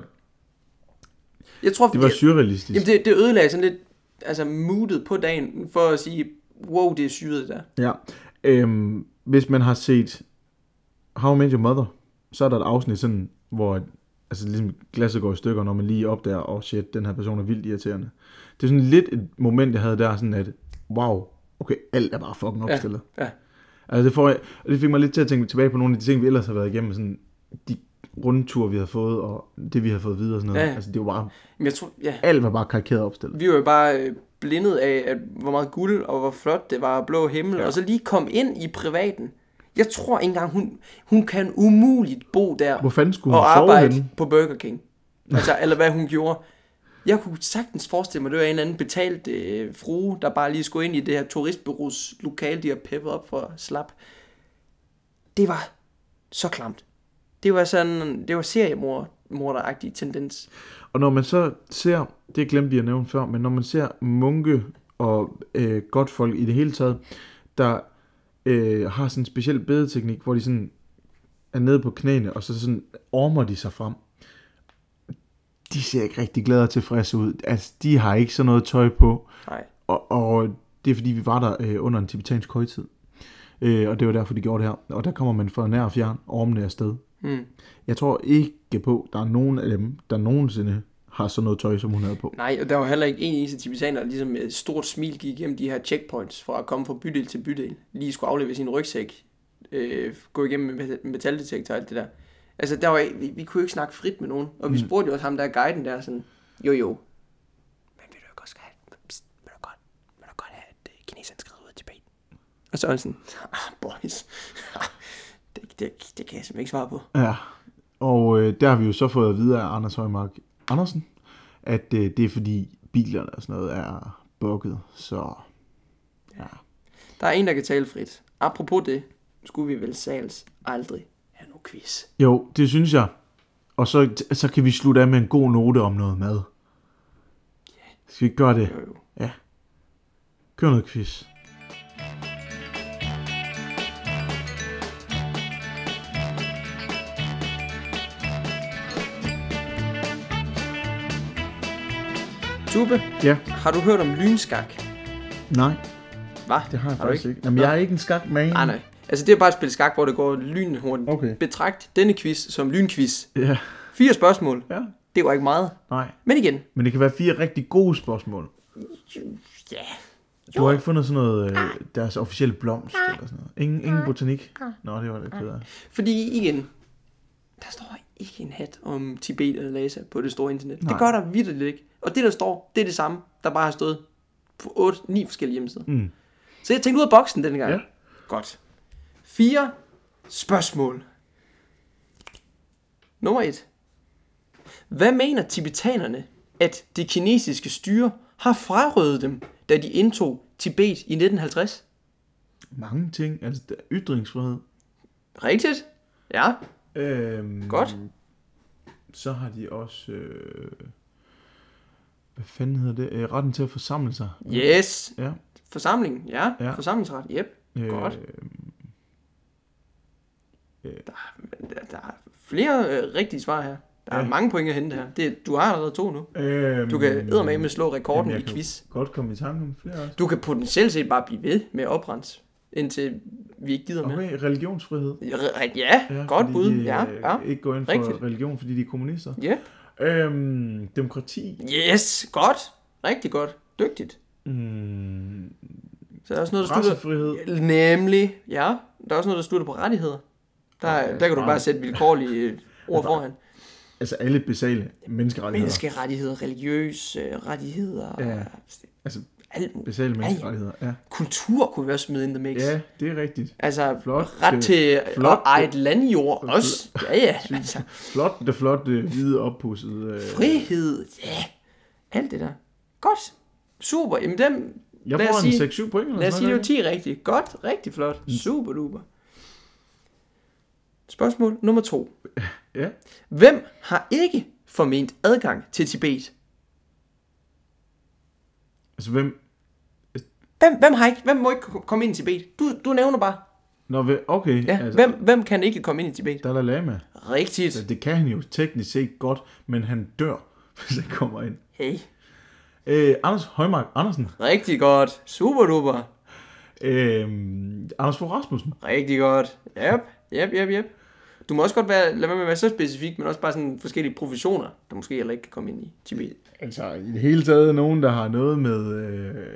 jeg tror, det var surrealistisk. Jamen, det, det ødelagde sådan lidt, altså moodet på dagen, for at sige, wow, det er syret der. Ja. Øhm, hvis man har set How I Met Your Mother, så er der et afsnit sådan, hvor altså ligesom glasset går i stykker, når man lige opdager, åh oh shit, den her person er vildt irriterende. Det er sådan lidt et moment, jeg havde der, sådan at, wow, okay, alt er bare fucking opstillet. Ja, ja. Altså det, får jeg, det fik mig lidt til at tænke tilbage på nogle af de ting, vi ellers har været igennem, sådan de rundture, vi havde fået, og det, vi har fået videre og sådan noget. Ja, ja. Altså det var bare, men jeg tror, ja. alt var bare karikeret opstillet. Vi var jo bare blindet af, at hvor meget guld, og hvor flot det var, blå himmel, ja. Og så lige kom ind i privaten. Jeg tror ikke engang, hun, hun kan umuligt bo der. Hvor fanden skulle hun og sove arbejde henne? På Burger King. Altså, eller hvad hun gjorde. Jeg kunne sagtens forestille mig, det var en eller anden betalt øh, frue, der bare lige skulle ind i det her turistbureaus lokale, de har peppet op for slap. Det var så klamt. Det var sådan, det var seriemor, morderagtig tendens. Og når man så ser, det glemte vi at nævne før, men når man ser munke og øh, godt folk i det hele taget, der øh, har sådan en speciel bedeteknik, hvor de sådan er nede på knæene, og så sådan ormer de sig frem. De ser ikke rigtig glade og tilfredse ud. Altså, de har ikke sådan noget tøj på. Nej. Og, og det er fordi, vi var der øh, under en tibetansk højtid. Øh, og det var derfor, de gjorde det her. Og der kommer man fra nær og fjern, ormene afsted. Mm. Jeg tror ikke på, der er nogen af dem, der nogensinde har sådan noget tøj, som hun havde på. Nej, og der var heller ikke en eneste tibetaner, der ligesom med et stort smil gik igennem de her checkpoints, for at komme fra bydel til bydel. Lige skulle aflevere sin rygsæk, øh, gå igennem med metaldetektor og alt det der. Altså, der var, vi, vi kunne jo ikke snakke frit med nogen. Og vi Mm. spurgte jo også ham, der er guiden der, sådan, jo jo, men vil du ikke også have, pst, vil du godt, vil du godt have, at uh, kineserne skrider ud af Tibet? Og så er han sådan, ah, boys, det, det, det kan jeg simpelthen ikke svare på. Ja, og øh, der har vi jo så fået at vide af Anders Højmark Andersen, at øh, det er fordi bilerne og sådan noget er bukket, så ja. Der er en, der kan tale frit, apropos det, skulle vi vel sals aldrig have noget quiz. Jo, det synes jeg. Og så, så kan vi slutte af med en god note om noget mad. Ja. Skal vi ikke gøre det? Jo, jo. Ja. Kør noget quiz. Tube, Ja. har du hørt om lynskak? Nej, Hvad? det har jeg Har du faktisk ikke. Jamen, jeg er ikke en skakman. Nej, nej. Altså, det er bare et spil skak, hvor det går lynhurtigt. Okay. Betragt denne quiz som lynquiz. Ja. Fire spørgsmål. Ja. Det var ikke meget. Nej. Men igen. Men det kan være fire rigtig gode spørgsmål. Ja. Du har ikke fundet sådan noget, øh, deres officielle blomst eller sådan noget? Ingen, ingen botanik? Nå, det var det ked af. Fordi igen, der står ikke en hat om Tibet eller Lhasa på det store internet. Nej. Det gør der vitterligt ikke. Og det, der står, det er det samme, der bare har stået på otte ni forskellige hjemmesider. Mm. Så jeg tænkte ud af boksen denne gang. Ja. Godt. Fire spørgsmål. Nummer et. Hvad mener tibetanerne, at det kinesiske styre har frarøvet dem, da de indtog Tibet i nitten halvtreds? Mange ting. Altså, der er ytringsfrihed. Rigtigt? Ja. Øhm, Godt. Så har de også... Øh, hvad fanden hedder det? Øh, retten til at forsamle sig. Yes. Ja. Forsamling, ja. Ja. Forsamlingsret, yep. Øh, Godt. Der, der er flere øh, rigtige svar her. Der er Ja. mange point at hente her. Det, du har allerede to nu. Øhm, Du kan eddermame slå rekorden jamen, i jeg quiz. kan godt komme i tanke om flere også. Du kan potentielt set bare blive ved med at oprense, indtil vi ikke gider mere. Okay, religionsfrihed. Ja, ja, Ja, godt fordi bud. de, Ja, øh, ja. ikke går ind for Rigtigt. religion, fordi de er kommunister. Ja. Øhm, demokrati. Yes, godt. Rigtig godt. Dygtigt. Mm, Så der er også noget, der slutter... pressefrihed. Nemlig, ja. Der er også noget, der slutter på rettigheder. Der, Ja, der kan du smart. bare sætte vilkårlige øh, ord foran. Altså alle basale menneskerettigheder. Menneskerettigheder, religiøse øh, rettigheder. Ja. Altså Alt muligt. basale menneskerettigheder. Ja. Kultur kunne vi også smide in the mix. Ja, det er rigtigt. Altså, Flot, ret øh, til flot, at eje et landjord øh, også. Ja, ja. Altså, Flot, det flotte, hvide, oppudsede. Øh. frihed. Ja. Alt det der. Godt. Super. Jamen dem... Jeg lad os får en sige- seks syv point. Eller Lad os sige, sådan det var ti rigtigt. Godt. Rigtig flot. Super duper. Spørgsmål nummer to. Ja. Hvem har ikke forment adgang til Tibet? Altså hvem? Hvem, hvem har ikke? Hvem må ikke komme ind i Tibet? Du, du nævner bare. Nå, hvem- okay. Ja. Altså, Hvem, hvem kan ikke komme ind i Tibet? Dalai Lama. Rigtigt. Altså, det kan han jo teknisk set godt, men han dør, hvis han kommer ind. Hey. Øh, Anders Højmark Andersen. Rigtig godt. Super duper. Øh, Anders Fogh Rasmussen. Rigtig godt. Yep, yep, yep, yep. Du må også godt være, lad være med at være så specifik, men også bare sådan forskellige professioner, der måske heller ikke kan komme ind i Tibet. Altså, i det hele taget nogen, der har noget med... Øh,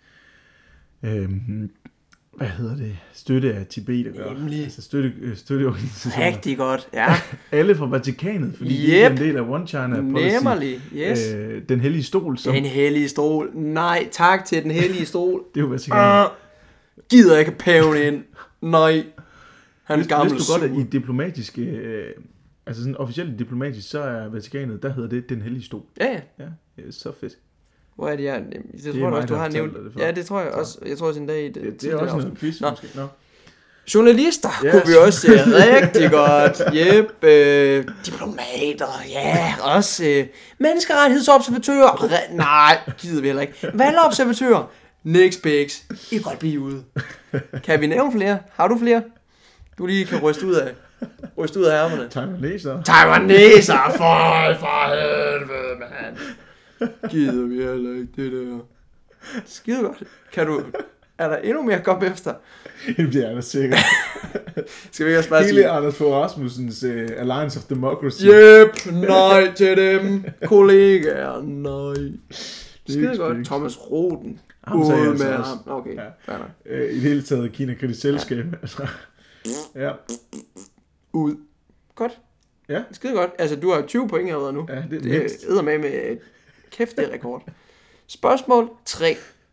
øh, hvad hedder det? Støtte af Tibet at gøre. Nemlig. Altså støtte, øh, støtteorganisationer. Rigtig godt, ja. Alle fra Vatikanet, fordi yep. de er Yep. en del af One China Policy. Nemlig, yes. Øh, den hellige stol, som Den hellige stol. Nej, tak til den hellige stol. det er jo Vatikanet. Uh, gider ikke paven ind. Nej. Han er Hvis, gammel hvis du godt er sur. i diplomatiske, øh, altså sådan officielt diplomatisk, så er Vatikanet, der hedder det den hellige stol. Ja, ja. Ja, det er så fedt. Hvor er det, jeg... Det, det tror er jeg mig, også, du der har har nævnt. fortalt dig det før. Ja, det tror jeg også. Jeg tror også en dag i det. Det, det er tidligere også afsnit. noget quiz, Nå. måske. Nå. Journalister Ja, kunne vi også se rigtig godt. Yep. Øh, diplomater, ja. Også øh, menneskerettighedsobservatører. Re- nej, gider vi heller ikke. Valgobservatører. Next bigs. I kan godt blive ude. Kan vi nævne flere? Har du flere? Du lige kan ryste ud af, ryste ud af ærmerne. Taiwaneser. Taiwaneser, for, for helvede, mand. Gider vi heller ikke det der. Skide godt. Kan du... Er der endnu mere at komme efter? Det bliver jeg da sikkert. Skal vi også bare Hele sige... Anders Fogh Rasmussens uh, Alliance of Democracy. Yep, nej til dem. Kollegaer, nej. Skide ikke godt. spændende. Thomas Roden. Ham sagde jeg Ud altså med også. ham. Okay, Ja. fair nok. Uh, I det hele taget Kina kritisk selskab. Altså. Ja. Ud. Godt. Ja. Skide godt. Altså, du har tyve point allerede nu. Ja, det er Det mindst. æder med med kæft, det er rekord. Spørgsmål tre.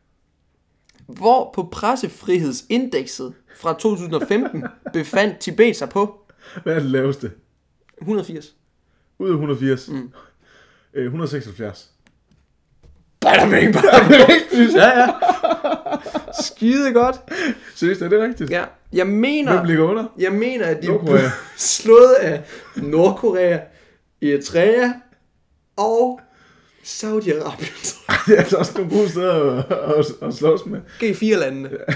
Hvor på pressefrihedsindekset fra to tusind og femten befandt Tibet sig på? Hvad er det laveste? et hundrede og firs. Ud af et hundrede og firs. Mm. Øh, et hundrede og seksoghalvfjerds. Bada bing, bada bing. Ja, ja. Skide godt. Seriøst, er det rigtigt? Ja, jeg mener... Hvem ligger under? Jeg mener, at de Nordkorea. blev slået af Nordkorea, Eritrea og Saudi-Arabien. Det er altså også nogle gode steder at, at, at slås med. G fire landene. Ja.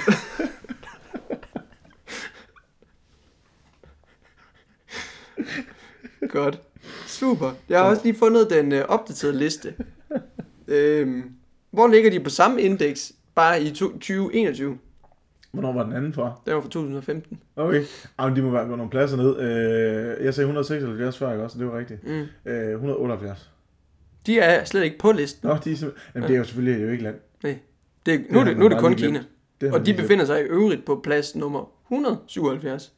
Godt. Super. Jeg har også lige fundet den øh, opdaterede liste. øhm, hvor ligger de på samme indeks, bare i tyve enogtyve? Hvornår var den anden fra? Den var fra to tusind og femten. Okay. Jamen, de må være gå nogle pladser ned. Øh, jeg sagde et hundrede og seksoghalvfjerds før, ikke også? Det var rigtigt. Mm. Øh, et hundrede og otteoghalvfjerds. De er slet ikke på listen. Nå, de er simpelthen... Jamen, det er jo selvfølgelig jo ikke land. Nej. Det er, nu, det, nu er det kun Kina. Det og de befinder sig i øvrigt på plads nummer et hundrede og syvoghalvfjerds.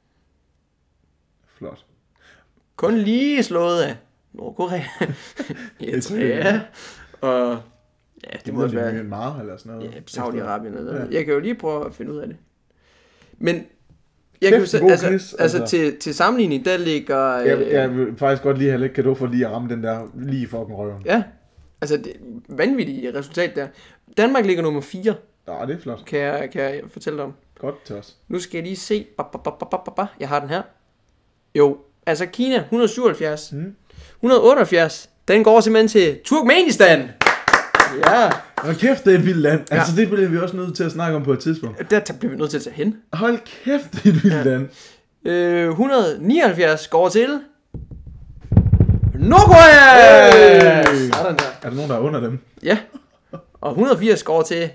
Flot. Kun lige slået af Nordkorea, Eritrea, og ja, det, det må også være Myanmar eller sådan noget. Ja, Saudi-Arabien eller ja. Jeg kan jo lige prøve at finde ud af det. Men jeg kan jo se, altså, quiz, altså, altså til, til sammenligning, der ligger... Jeg, øh, jeg vil faktisk godt lige have lidt cadeau for lige at ramme den der lige i fucking røven. Ja, altså det vanvittige resultat der. Danmark ligger nummer fire. Ja, det er flot. Kan jeg, kan jeg fortælle dig om. Godt til os. Nu skal jeg lige se. Ba, ba, ba, ba, ba, ba. Jeg har den her. Jo, altså Kina, et hundrede og syvoghalvfjerds. Mm. et hundrede og otteoghalvfjerds. Den går simpelthen til Turkmenistan. Ja. Hold kæft, det er et vildt land. Ja. Altså, det bliver vi også nødt til at snakke om på et tidspunkt. Der bliver vi nødt til at tage hen. Hold kæft, det er et vildt ja. land. Øh, et hundrede og nioghalvfjerds går til Nordkorea! Hey! Sådan der. Er der nogen, der er under dem? Ja. Og et hundrede og firs går til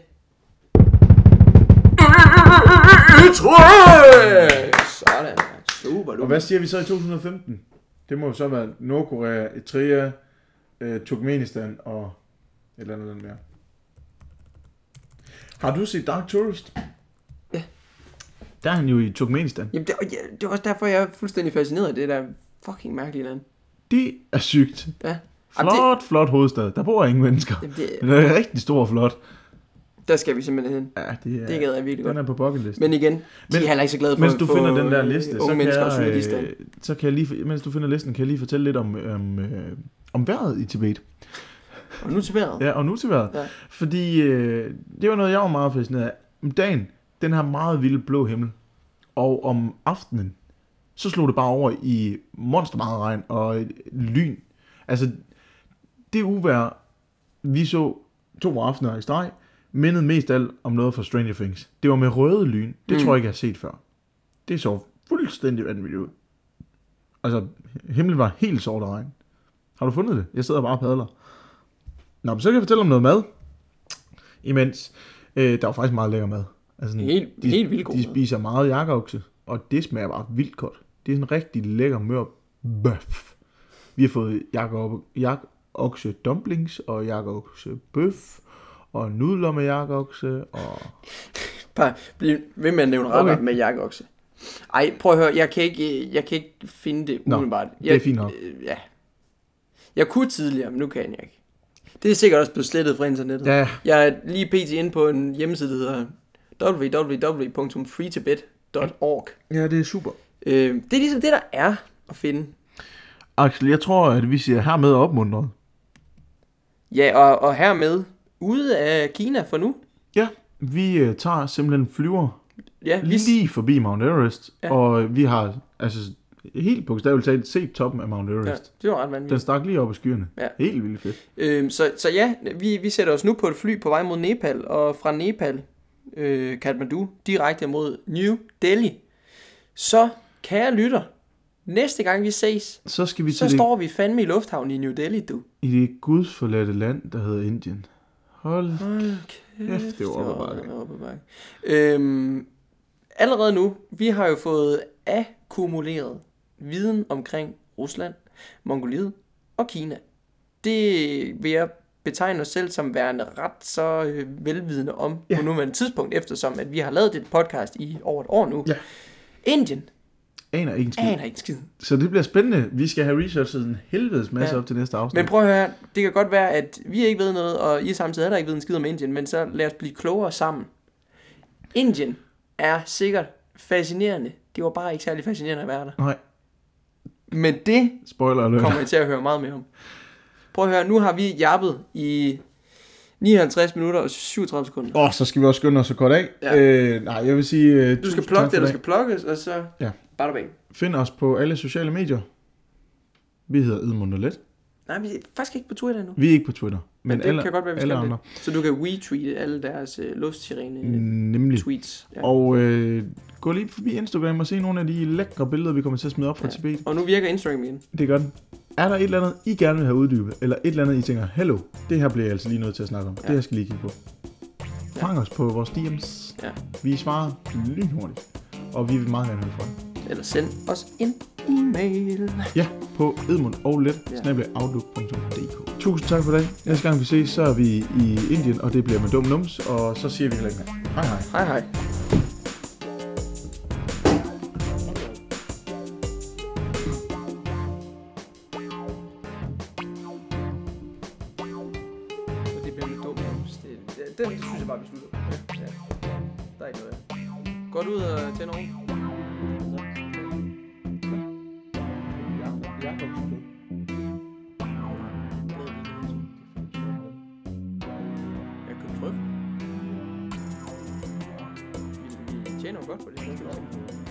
Sådan. Super. Og hvad siger vi så i to tusind og femten? Det må jo så være Nordkorea, Eritrea, øh, Turkmenistan og et eller andet land mere. Har du set Dark Tourist? Ja. Der er han jo i Turkmenistan. Jamen det, ja, det er også derfor, jeg er fuldstændig fascineret af det der fucking mærkelige land. Det er sygt. Ja. Flot, det... flot hovedstad. Der bor ingen mennesker. Jamen, det... det er rigtig stor og flot. Der skal vi simpelthen hen. Ja, det er, det gad jeg virkelig godt. Den er på bucketlisten. Men igen, de men, er heller ikke så glade for mens du for, finder den der liste, så kan, jeg, øh, så kan jeg lige, mens du finder listen, kan jeg lige fortælle lidt om, om, øh, om vejret i Tibet. Og nu til vejret. Ja, og nu til vejret. Ja. Fordi øh, det var noget, jeg var meget fascineret af. Om dagen, den her meget vilde blå himmel. Og om aftenen, så slog det bare over i monster meget regn og lyn. Altså, det uvejr, vi så to aftener i streg, mindede mest alt om noget fra Stranger Things. Det var med røde lyn. Det mm. tror jeg ikke, jeg har set før. Det så fuldstændig vanvittigt ud. Altså, himlen var helt sort af regn. Har du fundet det? Jeg sidder bare og padler. Nå, men så kan jeg fortælle om noget mad. Imens, øh, der var faktisk meget lækker mad. Altså, helt, de, helt vildt god De spiser meget jakkeokse, og det smager bare vildt godt. Det er sådan en rigtig lækker mør bøf. Vi har fået jakkeokse dumplings og jakkeokse bøf. Og nudler med jakkeokse, og... Bare bliv ved med at nævne retter okay. med jakkeokse. Ej, prøv at høre, jeg kan ikke, jeg kan ikke finde det umiddelbart. Nå, det er fint nok. Øh, ja. Jeg kunne tidligere, men nu kan jeg ikke. Det er sikkert også blevet slettet fra internettet. Ja. Jeg er lige pt. inde på en hjemmeside, der hedder w w w punktum free tibet punktum org. Ja, det er super. Øh, det er ligesom det, der er at finde. Axel, jeg tror, at vi siger hermed opmuntret. Ja, og, og hermed... Ude af Kina for nu? Ja, vi uh, tager simpelthen flyver ja, vi... lige forbi Mount Everest, ja. Og vi har altså helt bogstaveligt talt set toppen af Mount Everest. Ja, det var ret vanvittigt. Den stak lige op i skyerne. Ja. Helt vildt fedt. Øhm, så, så ja, vi, vi sætter os nu på et fly på vej mod Nepal, og fra Nepal, øh, Kathmandu, direkte mod New Delhi. Så, kære lytter, næste gang vi ses, så, skal vi så til står det... vi fandme i lufthavnen i New Delhi, du. I det gudsforladte land, der hedder Indien. Hold, Hold kæft, kæft, det var oppe op ad bakke. Øhm, allerede nu, vi har jo fået akkumuleret viden omkring Rusland, Mongoliet og Kina. Det vil jeg betegne os selv som værende ret så øh, velvidende om ja. På nuværende tidspunkt, eftersom at vi har lavet det podcast i over et år nu. Ja. Indien. Aner ikke en skid. Aner ikke en skid. Så det bliver spændende. Vi skal have researchet en helvedes masse ja. Op til næste afsnit. Men prøv at høre, det kan godt være, at vi ikke ved noget, og I samtidig er der ikke ved en skid om Indien, men så lad os blive klogere sammen. Indien er sikkert fascinerende. Det var bare ikke særlig fascinerende at være der. Nej. Men det Spoiler alert. kommer jeg til at høre meget mere om. Prøv at høre, nu har vi jappet i nioghalvtreds minutter og syvogtredive sekunder. Åh, oh, så skal vi også skynde os at korte af. Ja. Øh, nej, jeg vil sige... Øh, du skal plukke det, der skal plukkes, og så... Ja. Bada bing. Find os på alle sociale medier. Vi hedder Edmund og Let. Nej, vi er faktisk ikke på Twitter endnu. Vi er ikke på Twitter. Men, men det alle, kan godt være, vi alle skal andre. det. Så du kan retweete alle deres uh, luftsirene Nemlig. tweets. Ja. Og øh, gå lige forbi Instagram og se nogle af de lækre billeder, vi kommer til at smide op fra ja. Tibet. Og nu virker Instagram igen. Det gør den. Er der et eller andet, I gerne vil have uddybet, eller et eller andet, I tænker, hello, det her bliver jeg altså lige nødt til at snakke om. Ja. Det her skal lige kigge på. Fang ja. os på vores D M's. Ja. Vi svarer lynhurtigt, og vi vil meget gerne høre fra jer. Eller send os en e-mail. Ja, på edmund og let snabel-a outlook punktum d k. Tusind tak for det. Næste gang vi ses, så er vi i Indien, og det bliver med dum nums, og så siger vi heller ikke mere. Hej hej. Hej hej. Det bliver med dum nums. Den synes jeg bare, vi slutter. Ja. Der er ikke noget af. Godt ud og tænde over. Jeg kan trykke. Vi tjener jo godt på det.